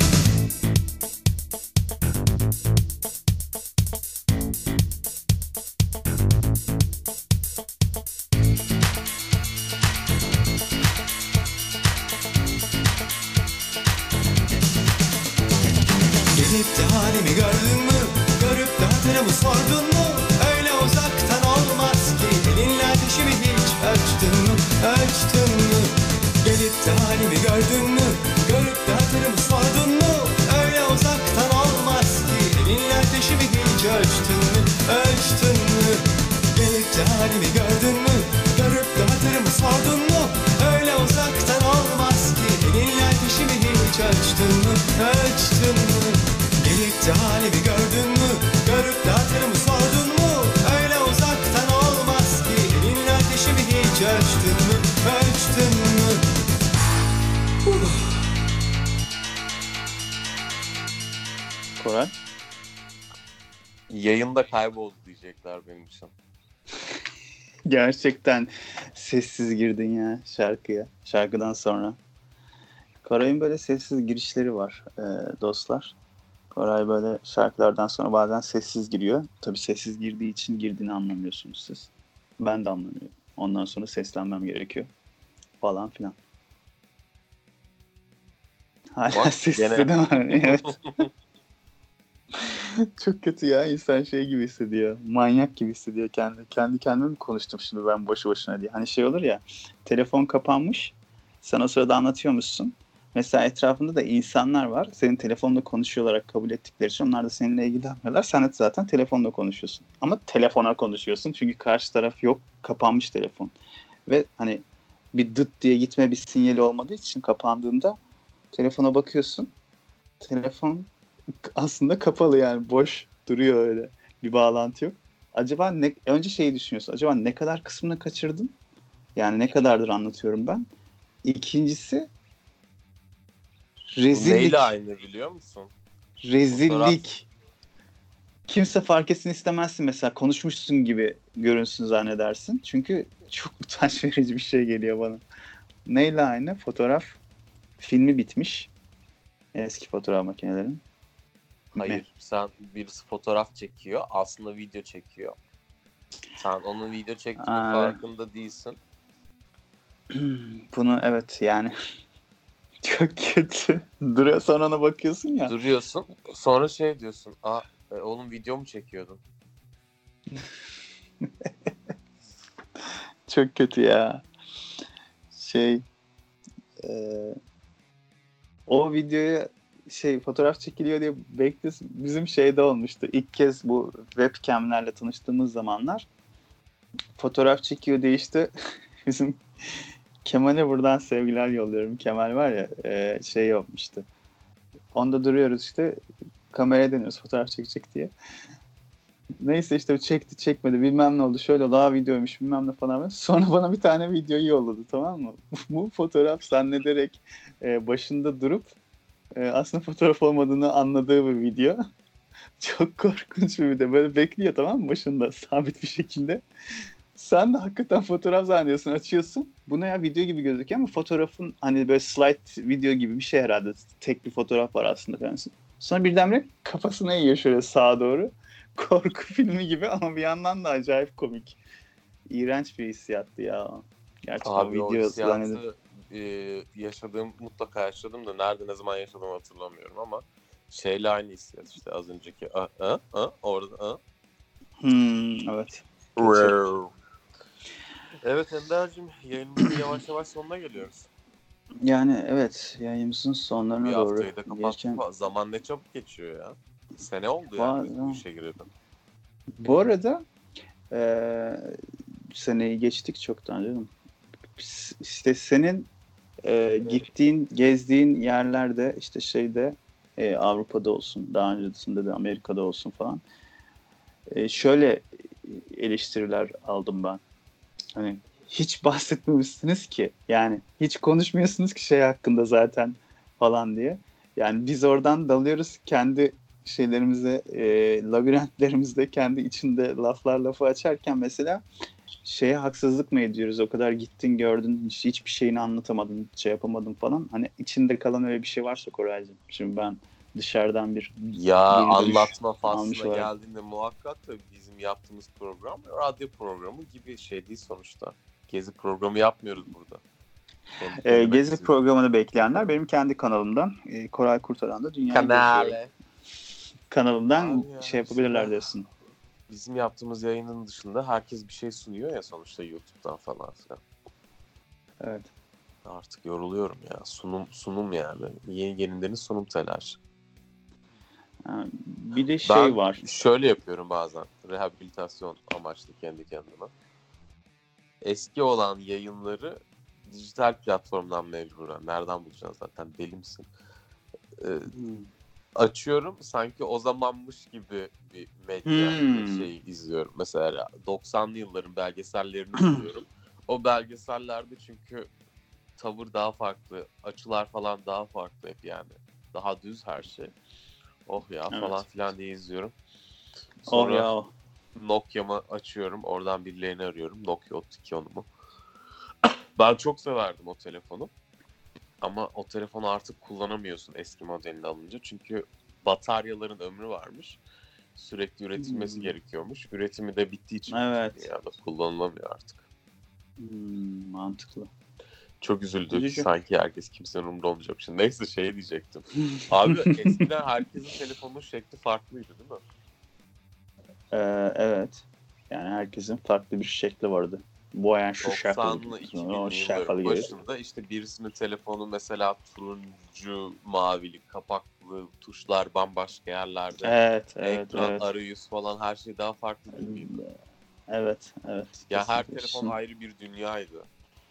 S3: Gelip de halimi gördün mü? Görüp de hatırımı sordun mu? Öyle uzaktan olmaz ki. Elinle ateşimi hiç ölçtün mü? Ölçtün mü? Gelip de halimi gördün mü? Görüp de hatırımı sordun mu? Öyle uzaktan olmaz ki. Elinle ateşimi hiç ölçtün mü? Ölçtün mü? Gelip de halimi gördün mü? Görüp de hatırımı sordun mu? Öyle uzaktan olmaz ki. Elinle ateşimi hiç ölçtün mü? Ölçtün mü? Gelip de halimi gördün mü? Görüp de hatırımı sordun mu? Öyle uzaktan olmaz ki. Elinle ateşimi hiç ölçtün mü? Ölçtün mü? Uh.
S1: Koray.
S2: Yayında kayboldu diyecekler benim için.
S1: Gerçekten sessiz girdin ya şarkıya. Şarkıdan sonra. Koray'ın böyle sessiz girişleri var e, dostlar. Koray böyle şarkılardan sonra bazen sessiz giriyor. Tabii sessiz girdiği için girdiğini anlamıyorsunuz siz. Ben de anlamıyorum. Ondan sonra seslenmem gerekiyor. Falan filan. Hala
S2: Bak,
S1: sessiz
S2: gene-
S1: de var. Evet. Çok kötü ya. İnsan şey gibi hissediyor. Manyak gibi hissediyor kendi. Kendi kendime mi konuştum şimdi ben boşu boşuna diye. Hani şey olur ya. Telefon kapanmış. Sen o sırada anlatıyormuşsun. Mesela etrafında da insanlar var. Senin telefonla konuşuyor olarak kabul ettikleri için onlar da seninle ilgilenmiyorlar. Sen de zaten telefonla konuşuyorsun. Ama telefona konuşuyorsun. Çünkü karşı taraf yok. Kapanmış telefon. Ve hani bir dıt diye gitme bir sinyali olmadığı için kapandığında telefona bakıyorsun. Telefon aslında kapalı yani. Boş duruyor öyle. Bir bağlantı yok. Acaba ne, önce şeyi düşünüyorsun. Acaba ne kadar kısmını kaçırdım? Yani ne kadardır anlatıyorum ben. İkincisi
S2: Bu
S1: rezillik.
S2: neyle aynı biliyor musun?
S1: Rezillik. Kimse fark etsin istemezsin mesela. Konuşmuşsun gibi görünsün zannedersin. Çünkü çok utanç verici bir şey geliyor bana. Neyle aynı? Fotoğraf filmi bitmiş. Eski fotoğraf makinelerin.
S2: Hayır. Sen birisi fotoğraf çekiyor. Aslında video çekiyor. Sen onun video çektiğinin
S1: Aa,
S2: farkında değilsin.
S1: Bunu evet yani çok kötü. Duruyor sonra ona bakıyorsun ya.
S2: Duruyorsun. Sonra şey diyorsun. Aa, e, oğlum video mu çekiyordun?
S1: Çok kötü ya. Şey e, o videoya şey fotoğraf çekiliyor diye bekliyorsun. Bizim şeyde olmuştu. İlk kez bu webcamlerle tanıştığımız zamanlar fotoğraf çekiyor diye işte bizim Kemal'e buradan sevgiler yolluyorum. Kemal var ya e, şey yapmıştı. Onda duruyoruz işte kameraya dönüyoruz fotoğraf çekecek diye. Neyse işte çekti çekmedi bilmem ne oldu şöyle daha videoymuş bilmem ne falan. Sonra bana bir tane videoyu yolladı tamam mı? Bu fotoğraf zannederek e, başında durup e, aslında fotoğraf olmadığını anladığı bir video. Çok korkunç bir video. Böyle bekliyor tamam mı başında sabit bir şekilde. Sen de hakikaten fotoğraf zannediyorsun açıyorsun. Bu ne ya video gibi gözüküyor ama fotoğrafın hani böyle slide video gibi bir şey herhalde. Tek bir fotoğraf var aslında falan. Sonra birdenbire kafasına eğiyor şöyle sağa doğru. Korku filmi gibi ama bir yandan da acayip komik. İğrenç bir hissiyattı ya. Gerçekten
S2: Abi o
S1: video zannedip.
S2: hissiyatı e, yaşadığım mutlaka yaşadım da nerede ne zaman yaşadığımı hatırlamıyorum ama şeyle aynı hissiyat işte az önceki a, a, a, orada a.
S1: Hmm, evet.
S2: Evet Ender'cim yayınımızın yavaş yavaş sonuna geliyoruz.
S1: Yani evet yayınımızın sonlarına
S2: Bir
S1: doğru.
S2: haftayı da kapattık.
S1: Geçen...
S2: Zaman ne çabuk geçiyor ya. Sene oldu
S1: Var,
S2: yani biz bu
S1: var.
S2: işe girelim.
S1: Bu arada e, seneyi geçtik çoktan canım. İşte senin e, gittiğin, gezdiğin yerlerde işte şeyde e, Avrupa'da olsun, daha öncesinde de Amerika'da olsun falan. E, şöyle eleştiriler aldım ben. Hani hiç bahsetmemişsiniz ki. Yani hiç konuşmuyorsunuz ki şey hakkında zaten falan diye. Yani biz oradan dalıyoruz kendi şeylerimize, e, labirentlerimizde kendi içinde laflar lafı açarken mesela şeye haksızlık mı ediyoruz? O kadar gittin gördün hiç, hiçbir şeyini anlatamadın, şey yapamadın falan. Hani içinde kalan öyle bir şey varsa Koraycığım. Şimdi ben dışarıdan bir
S2: Ya
S1: geri dönüş
S2: anlatma
S1: almış
S2: faslına
S1: olarak.
S2: geldiğinde muhakkak da bizim yaptığımız program radyo programı gibi şey değil sonuçta. Gezi programı yapmıyoruz burada. Kendi
S1: E,
S2: kendime
S1: Gezi
S2: çizim.
S1: programını bekleyenler benim kendi kanalımdan e, Koray Kurtaran da Dünyayı Geziyorum
S2: Kanale.
S1: kanalımdan
S2: Abi ya,
S1: şey yapabilirler
S2: şimdi-
S1: diyorsun.
S2: Bizim yaptığımız yayının dışında herkes bir şey sunuyor ya sonuçta YouTube'dan falan filan.
S1: Evet.
S2: Artık yoruluyorum ya. Sunum sunum yani. Yeni gelinlerin sunum telaşı.
S1: Yani bir de şey
S2: Ben
S1: var.
S2: şöyle yapıyorum bazen. Rehabilitasyon amaçlı kendi kendime. Eski olan yayınları dijital platformdan mecburen. Nereden bulacaksın zaten? Deli misin? Ee, açıyorum. Sanki o zamanmış gibi bir medya
S1: Hmm.
S2: şeyi izliyorum. Mesela doksanlı yılların belgesellerini izliyorum. O belgesellerde çünkü tavır daha farklı. Açılar falan daha farklı hep yani. Daha düz her şey. Oh ya
S1: Evet.
S2: falan filan diye izliyorum.
S1: Oh
S2: Sonra
S1: ya o.
S2: Nokia'mı açıyorum. Oradan birilerini arıyorum. Nokia otuz iki onumu. Ben çok severdim o telefonu. Ama o telefonu artık kullanamıyorsun eski modelini alınca. Çünkü bataryaların ömrü varmış. Sürekli üretilmesi
S1: Hmm.
S2: gerekiyormuş. Üretimi de bittiği için
S1: Evet.
S2: dünyada kullanılamıyor artık.
S1: Hmm, mantıklı.
S2: Çok üzüldü.
S1: Üzücü.
S2: Sanki herkes kimsenin umurunda olmayacak. Şimdi neyse şey diyecektim. Abi eskiden herkesin telefonun şekli farklıydı değil mi?
S1: Ee, evet. Yani herkesin farklı bir şekli vardı. Bu ayağın şu şakalı.
S2: doksanlı iki
S1: O
S2: binli
S1: şakalı
S2: yılların
S1: gibi.
S2: başında işte birisinin telefonu mesela turuncu, mavili, kapaklı, tuşlar bambaşka yerlerde.
S1: Evet, evet,
S2: Ekran,
S1: evet.
S2: arayüz falan her şey daha farklı değil miydi?
S1: Evet, evet.
S2: Ya her
S1: Kesinlikle.
S2: telefon
S1: Şimdi-
S2: ayrı bir dünyaydı.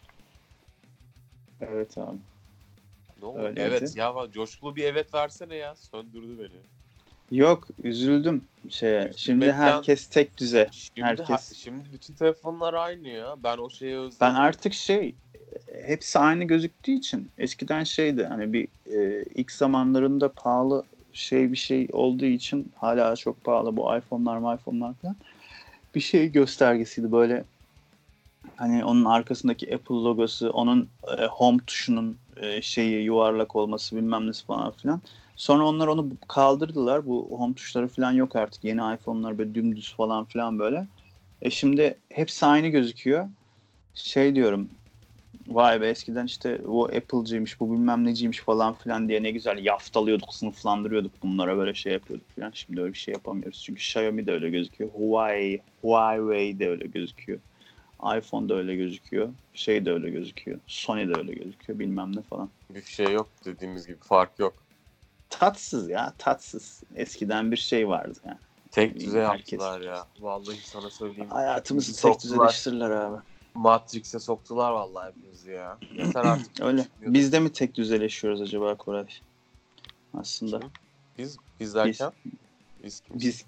S1: Evet abi.
S2: Ne oldu?
S1: Öyleydi.
S2: Evet ya coşkulu bir evet versene ya. Söndürdü beni.
S1: Yok, üzüldüm şeye. Şimdi
S2: Üzülmekten-
S1: herkes tek düze.
S2: Şimdi,
S1: Herkes.
S2: ha- şimdi bütün telefonlar aynı ya. Ben o şeyi özledim.
S1: Ben artık şey hepsi aynı gözüktüğü için eskiden şeydi hani bir e, ilk zamanlarında pahalı şey bir şey olduğu için hala çok pahalı bu iPhone'lar, iPhone'lar falan bir şey göstergesiydi böyle hani onun arkasındaki Apple logosu, onun e, home tuşunun e, şeyi yuvarlak olması bilmem nesi falan filan. Sonra onlar onu kaldırdılar. Bu home tuşları falan yok artık. Yeni iPhone'lar böyle dümdüz falan filan böyle. E şimdi hepsi aynı gözüküyor. Şey diyorum. Vay be eskiden işte bu Apple'cıymış, bu bilmem neciymiş falan filan diye ne güzel yaftalıyorduk, sınıflandırıyorduk bunlara böyle şey yapıyorduk falan. Şimdi öyle bir şey yapamıyoruz. Çünkü Xiaomi de öyle gözüküyor. Huawei, Huawei de öyle gözüküyor. iPhone da öyle gözüküyor. Şey de öyle gözüküyor. Sony de öyle gözüküyor. Bilmem ne falan.
S2: Bir şey yok dediğimiz gibi fark yok.
S1: Tatsız ya, tatsız. Eskiden bir şey vardı yani.
S2: Tek düze
S1: Herkes.
S2: yaptılar ya. Vallahi sana söyleyeyim.
S1: Hayatımızı
S2: Bizi
S1: tek
S2: soktular.
S1: düzeleştirirler abi.
S2: Matrix'e soktular vallahi hepimizi ya. Yeter artık.
S1: Öyle.
S2: Çıkmıyorduk.
S1: Biz de mi tek düzeleşiyoruz acaba Koray? Aslında.
S2: Biz, biz derken? Biz, biz
S1: Biz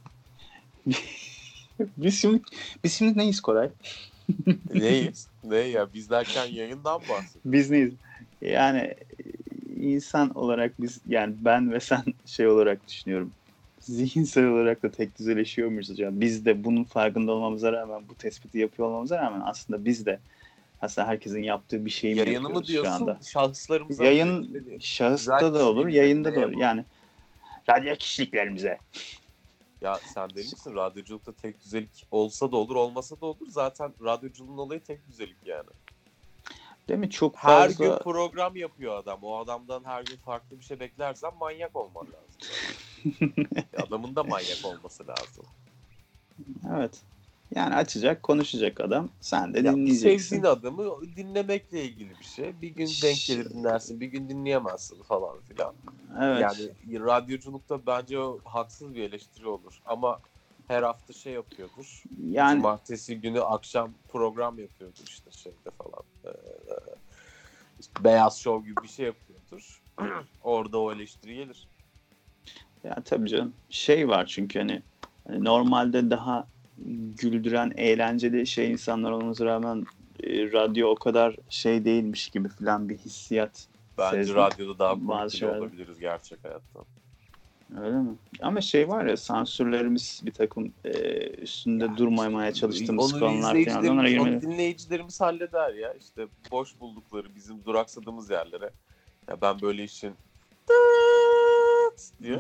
S1: biz şimdi biz şimdi neyiz Koray?
S2: neyiz? Ne ya? Biz derken yayından bahsediyoruz.
S1: Biz neyiz? Yani insan olarak biz yani ben ve sen şey olarak düşünüyorum. Zihinsel olarak da tek düzeleşiyor muyuz acaba? Biz de bunun farkında olmamıza rağmen bu tespiti yapıyor olmamıza rağmen aslında biz de aslında herkesin yaptığı bir şey mi
S2: Yayını
S1: yapıyoruz
S2: mı
S1: şu
S2: diyorsun?
S1: anda?
S2: Şahıslarımıza
S1: Yayın
S2: mı? Güzel
S1: şahısta da olur,
S2: kişiliğimize,
S1: yayında da
S2: neye
S1: olur.
S2: bu?
S1: Yani radyo kişiliklerimize.
S2: Ya sen deli misin? Radyoculukta tek düzelik olsa da olur, olmasa da olur. Zaten radyoculuğun olayı tek düzelik yani.
S1: Değil mi? Çok
S2: Her
S1: fazla
S2: gün program yapıyor adam. O adamdan her gün farklı bir şey beklersen manyak olman lazım. Adamın da manyak olması lazım.
S1: evet. Yani açacak, konuşacak adam. Sen de
S2: Ya
S1: dinleyeceksin.
S2: sevdiğin adamı dinlemekle ilgili bir şey. Bir gün denk gelir dinlersin, bir gün dinleyemezsin falan filan.
S1: Evet.
S2: Yani radyoculukta bence o haksız bir eleştiri olur. Ama her hafta şey yapıyordur.
S1: Yani
S2: Cumartesi günü akşam program yapıyordur işte şeyde falan. Ee, işte Beyaz Show gibi bir şey yapıyordur. Orada o eleştiri gelir.
S1: ya tabii canım. Şey var çünkü hani, hani normalde daha güldüren, eğlenceli şey insanlar olmasına rağmen e, radyo o kadar şey değilmiş gibi falan bir hissiyat.
S2: Bence
S1: sezdim.
S2: radyoda daha komik
S1: Bazı
S2: bile
S1: şeyler.
S2: olabiliriz gerçek hayatta.
S1: Öyle mi? Ama şey var ya sansürlerimiz bir takım e, üstünde
S2: Ya
S1: durmamaya
S2: işte,
S1: çalıştığımız
S2: onu
S1: konular falan. Onlara
S2: izleyicilerimiz,
S1: girmeli.
S2: onu dinleyicilerimiz halleder ya. İşte boş buldukları bizim duraksadığımız yerlere. Ya ben böyle işin tıt diye.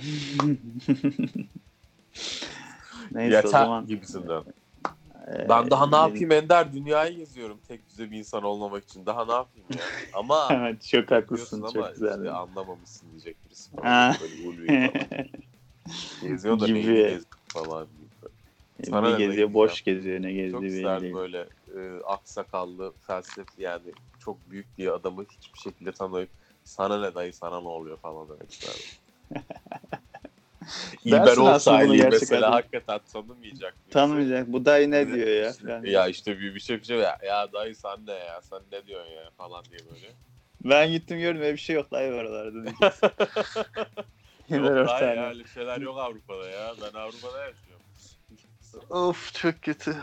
S1: Neyse
S2: Yeter
S1: o zaman.
S2: gibisinden.
S1: e,
S2: Ben daha ne yapayım Ender? Dünyayı geziyorum tek düze bir insan olmamak için. Daha ne yapayım ya? Ama
S1: Evet, çok haklısın.
S2: diyorsun
S1: Çok
S2: ama
S1: güzel.
S2: işte anlamamışsın diyecek birisi
S1: Ha.
S2: falan. Böyle ulvi falan. Geziyor da
S1: Gibi.
S2: neyini geziyor falan. Sana
S1: bir
S2: ne
S1: geziyor,
S2: diyeceğim?
S1: boş geziyor. Ne gezdiği
S2: Çok
S1: belli
S2: isterdim
S1: değil.
S2: böyle e, aksakallı, felsefi yani çok büyük bir adamı hiçbir şekilde tanıyıp sana ne dayı sana ne oluyor falan demek isterdim. İlber
S1: Dersin aslında bunu
S2: olsaydı
S1: gerçek
S2: mesela
S1: adam.
S2: hakikaten tanımayacak birisi.
S1: Tanımayacak. Bu dayı ne
S2: Bir de
S1: diyor ya?
S2: işte-
S1: Yani
S2: ya işte bir, bir şey bir şey ya, ya dayı sen ne ya sen ne diyorsun ya falan diye böyle.
S1: ben gittim gördüm öyle bir şey yok dayı oralarda. diyeceksin.
S2: Yok
S1: Yıllar
S2: dayı
S1: ortaya.
S2: ya öyle şeyler yok Avrupa'da ya ben Avrupa'da yaşıyorum.
S1: Of çok kötü.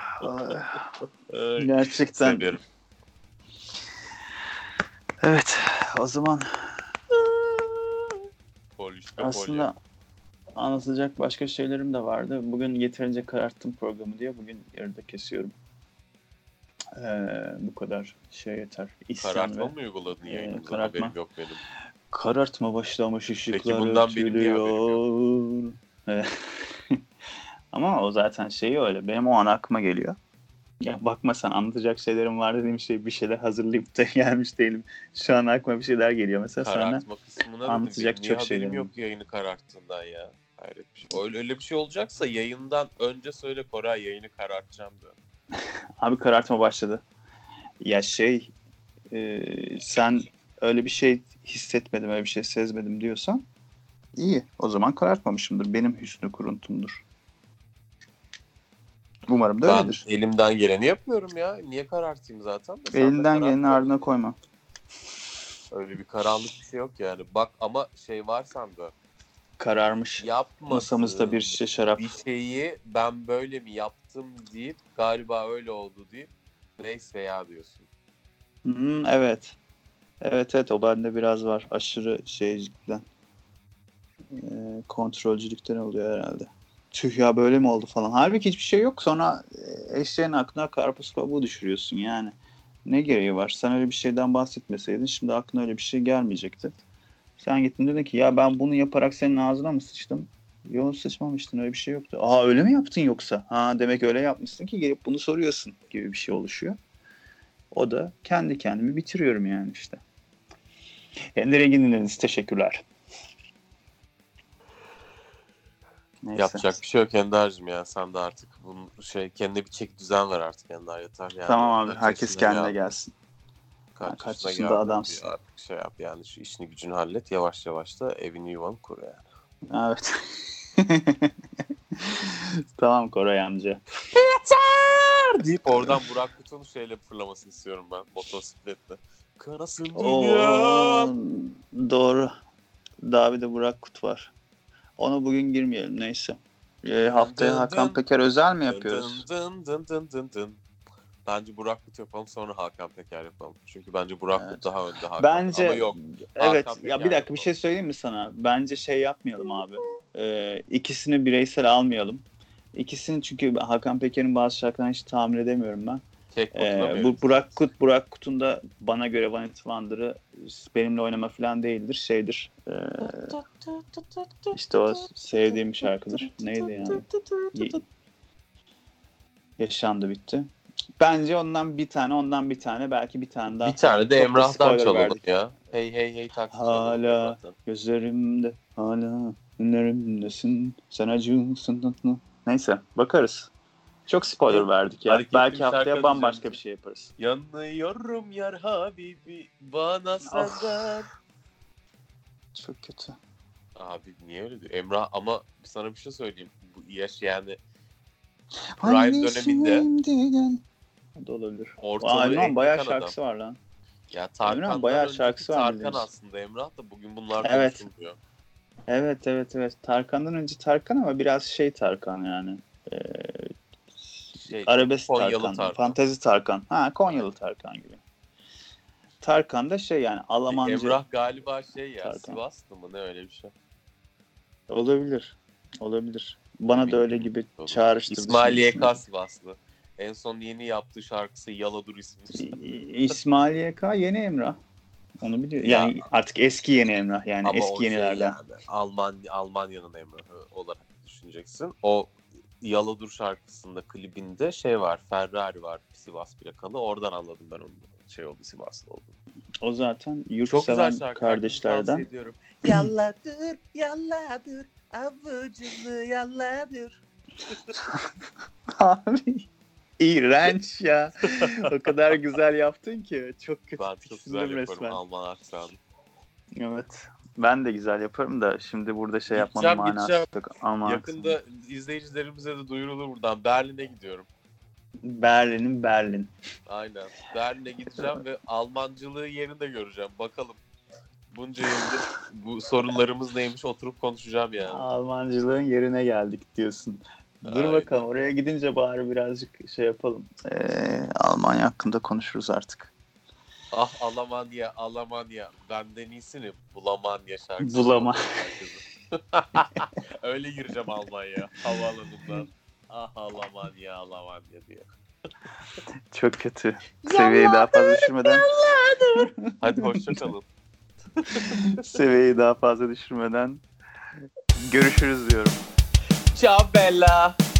S2: Ay,
S1: Gerçekten.
S2: severim.
S1: Evet. O zaman
S2: Polişte
S1: aslında anlatacak başka şeylerim de vardı. Bugün yeterince kararttım programı diye. Bugün yarıda kesiyorum. Ee, bu kadar şey yeter. İsyan
S2: Karartma
S1: ve
S2: mı uyguladın
S1: e,
S2: yayınımıza?
S1: karartma.
S2: Haberim yok benim.
S1: Karartma başlamış, ışıklar
S2: bundan benim niye haberim
S1: ötülüyor. Ama o zaten şeyi öyle. Benim o an aklıma geliyor. Ya bakma sen, anlatacak şeylerim var dediğim şey bir şeyler hazırlayıp da gelmiş değilim. Şu an aklıma bir şeyler geliyor mesela sana.
S2: Karartma kısmına
S1: anlatacak
S2: dedim. Benim niye
S1: çok
S2: haberim
S1: şeylerim
S2: yok yayını kararttığından ya? Hayret bir şey. Öyle, öyle bir şey olacaksa yayından önce söyle Koray, yayını karartacağım da.
S1: Abi karartma başladı. Ya şey e, sen öyle bir şey hissetmedim, öyle bir şey sezmedim diyorsan iyi. O zaman karartmamışımdır. Benim hüsnü kuruntumdur. Umarım da
S2: Ben
S1: öyledir.
S2: elimden geleni yapıyorum ya. Niye karartayım zaten? De sen de
S1: Elinden geleni
S2: karartma.
S1: ardına koyma.
S2: Öyle bir karanlık bir şey yok yani. Bak ama şey var sende.
S1: Kararmış.
S2: Yapmasın.
S1: Masamızda bir şişe şarap.
S2: Bir şeyi ben böyle mi yaptım deyip galiba öyle oldu deyip neyse ya diyorsun.
S1: Hmm, evet. Evet evet, o bende biraz var. Aşırı şeycilikten. E, kontrolcülükten oluyor herhalde. Tüh ya, böyle mi oldu falan. Halbuki hiçbir şey yok. Sonra e, eşeğin aklına karpuz kabuğu düşürüyorsun yani. Ne gereği var? Sen öyle bir şeyden bahsetmeseydin şimdi aklına öyle bir şey gelmeyecekti. Sen gittin dedin ki ya ben bunu yaparak senin ağzına mı sıçtım? Yok, sıçmamıştın, öyle bir şey yoktu. Aa, öyle mi yaptın yoksa? Ha, demek öyle yapmışsın ki gelip bunu soruyorsun gibi bir şey oluşuyor. O da kendi kendimi bitiriyorum yani işte. Ender Engin dinlediniz. Teşekkürler. Neyse.
S2: Yapacak bir şey yok Ender'cim ya. Sen de artık bunun şey kendine bir çek düzen ver artık Ender, yeter yani.
S1: Tamam abi,
S2: Kaç
S1: herkes
S2: yaşına
S1: kendine
S2: geldin?
S1: gelsin.
S2: Kaç,
S1: Kaç
S2: yaşına
S1: yaşında
S2: geldin?
S1: adamsın.
S2: Bir artık şey yap yani, şu işini gücünü hallet, yavaş yavaş da evini yuvanı kur yani.
S1: Evet. Tamam Koray amca.
S2: Yeter deyip oradan Burak Kut'un şeyle fırlamasını istiyorum ben, motosikletle. Karasın dünya.
S1: Oo, doğru. Daha bir de Burak Kut var. Ona bugün girmeyelim, neyse. Ee, haftaya
S2: Dın
S1: Hakan
S2: dın.
S1: Peker özel mi
S2: Dın
S1: yapıyoruz?
S2: dın dın dın dın dın. Bence Burak Kut yapalım, sonra Hakan Peker yapalım. Çünkü bence Burak
S1: Evet.
S2: Kut daha önde Hakan.
S1: Bence
S2: Ama yok.
S1: evet
S2: Hakan
S1: ya,
S2: Peker
S1: bir dakika bir şey
S2: yapalım.
S1: söyleyeyim mi sana? Bence şey yapmayalım abi. Ee, ikisini bireysel almayalım. İkisini, çünkü Hakan Peker'in bazı şarkılarını hiç tahammül edemiyorum ben.
S2: Tek başına
S1: Ee,
S2: mı
S1: bu Burak Kut, Burak Kut'un da bana göre One Hit Wonder'ı benimle oynama falan değildir. Şeydir. E, işte o sevdiğim şarkıdır. Neydi yani? Ye- Yaşandı bitti. Bence ondan bir tane, ondan bir tane, belki bir tane daha.
S2: Bir tane de
S1: Çok da
S2: Emrah'tan
S1: spoiler
S2: çalalım
S1: verdik.
S2: ya. Hey hey hey taksi çalalım
S1: Hala
S2: Emrah'tan.
S1: gözlerimde, hala günlerimdesin. Sen acıyorsun tatlı. Neyse, bakarız. Çok spoiler
S2: Evet,
S1: verdik ya.
S2: hareketli
S1: Belki
S2: bir şarkı
S1: haftaya bambaşka
S2: diyeceğim.
S1: bir şey yaparız.
S2: Yanıyorum yar Habibi bana senden.
S1: Çok kötü.
S2: Abi niye öyle diyor? Emrah, ama sana bir şey söyleyeyim. Bu yaş yani Prime
S1: Annesiyim
S2: döneminde
S1: diyen. O da olabilir.
S2: ortalığı
S1: Emrah'ın
S2: en
S1: bayağı
S2: yıkan adam.
S1: şarkısı var lan.
S2: Ya
S1: Emrah'ın
S2: Tarkan'dan
S1: bayağı
S2: önceki
S1: şarkısı var
S2: Tarkan
S1: bildiğiniz.
S2: aslında Emrah da bugün bunlar
S1: Evet.
S2: konuşulmuyor.
S1: Evet evet evet. Tarkan'dan önce Tarkan, ama biraz şey Tarkan yani. Ee,
S2: Şey,
S1: arabesk
S2: Konyalı
S1: Tarkan,
S2: Tarkan.
S1: fantezi Tarkan. Ha, Konyalı Tarkan gibi. Tarkan da şey yani Almancı.
S2: Emrah galiba şey ya,
S1: Tarkan.
S2: Sivaslı mı ne, öyle bir şey.
S1: Olabilir. Olabilir. Bana da öyle gibi
S2: Olur.
S1: çağrıştırdı.
S2: İsmail
S1: şimdi
S2: Y K
S1: düşünüyorum.
S2: Sivaslı. En son yeni yaptığı şarkısı Yaladur ismi.
S1: İ- İsmail Y K yeni Emrah. Onu biliyor.
S2: Ya.
S1: Yani artık eski yeni Emrah, yani
S2: Ama
S1: eski
S2: o şey
S1: yenilerden.
S2: yani Alman Almanya'nın Emrah'ı olarak düşüneceksin. O Yaladur şarkısında klibinde şey var, Ferrari var, Sivas plakalı. Oradan anladım ben onun şey oldu, Sivaslı olduğunu.
S1: O zaten yurt
S2: Çok güzel
S1: seven
S2: şarkı.
S1: kardeşlerden.
S2: Tavsiye ediyorum. Yalladır, yalladır, avucunu yalladır.
S1: Abi iğrenç ya. O kadar güzel yaptın ki. Çok kötü.
S2: Ben çok güzel
S1: tiksindim
S2: yaparım
S1: resmen.
S2: Alman aksanı.
S1: Evet. Ben de güzel yaparım da şimdi burada şey yapmanın
S2: Gideceğim,
S1: manası
S2: gideceğim.
S1: yok. Ama
S2: Yakında izleyicilerimize de duyurulur buradan. Berlin'e gidiyorum.
S1: Berlin'in Berlin.
S2: Aynen. Berlin'e gideceğim ve Almancılığı yerinde göreceğim. Bakalım. Bunca yıldır bu sorunlarımız neymiş, oturup konuşacağım yani.
S1: Almancılığın yerine geldik diyorsun. Dur
S2: Aynen.
S1: bakalım, oraya gidince bari birazcık şey yapalım. Ee, Almanya hakkında konuşuruz artık.
S2: Ah Almanya, Almanya. Benden iyisini Bulamanya şarkısı.
S1: Bulama.
S2: Öyle gireceğim Almanya havaalanından. Ah Almanya, Almanya diye.
S1: Çok kötü. Seviyeyi daha fazla düşürmeden
S2: Hadi hoşçakalın.
S1: seviyeyi daha fazla düşürmeden görüşürüz diyorum.
S2: Ciao Bella.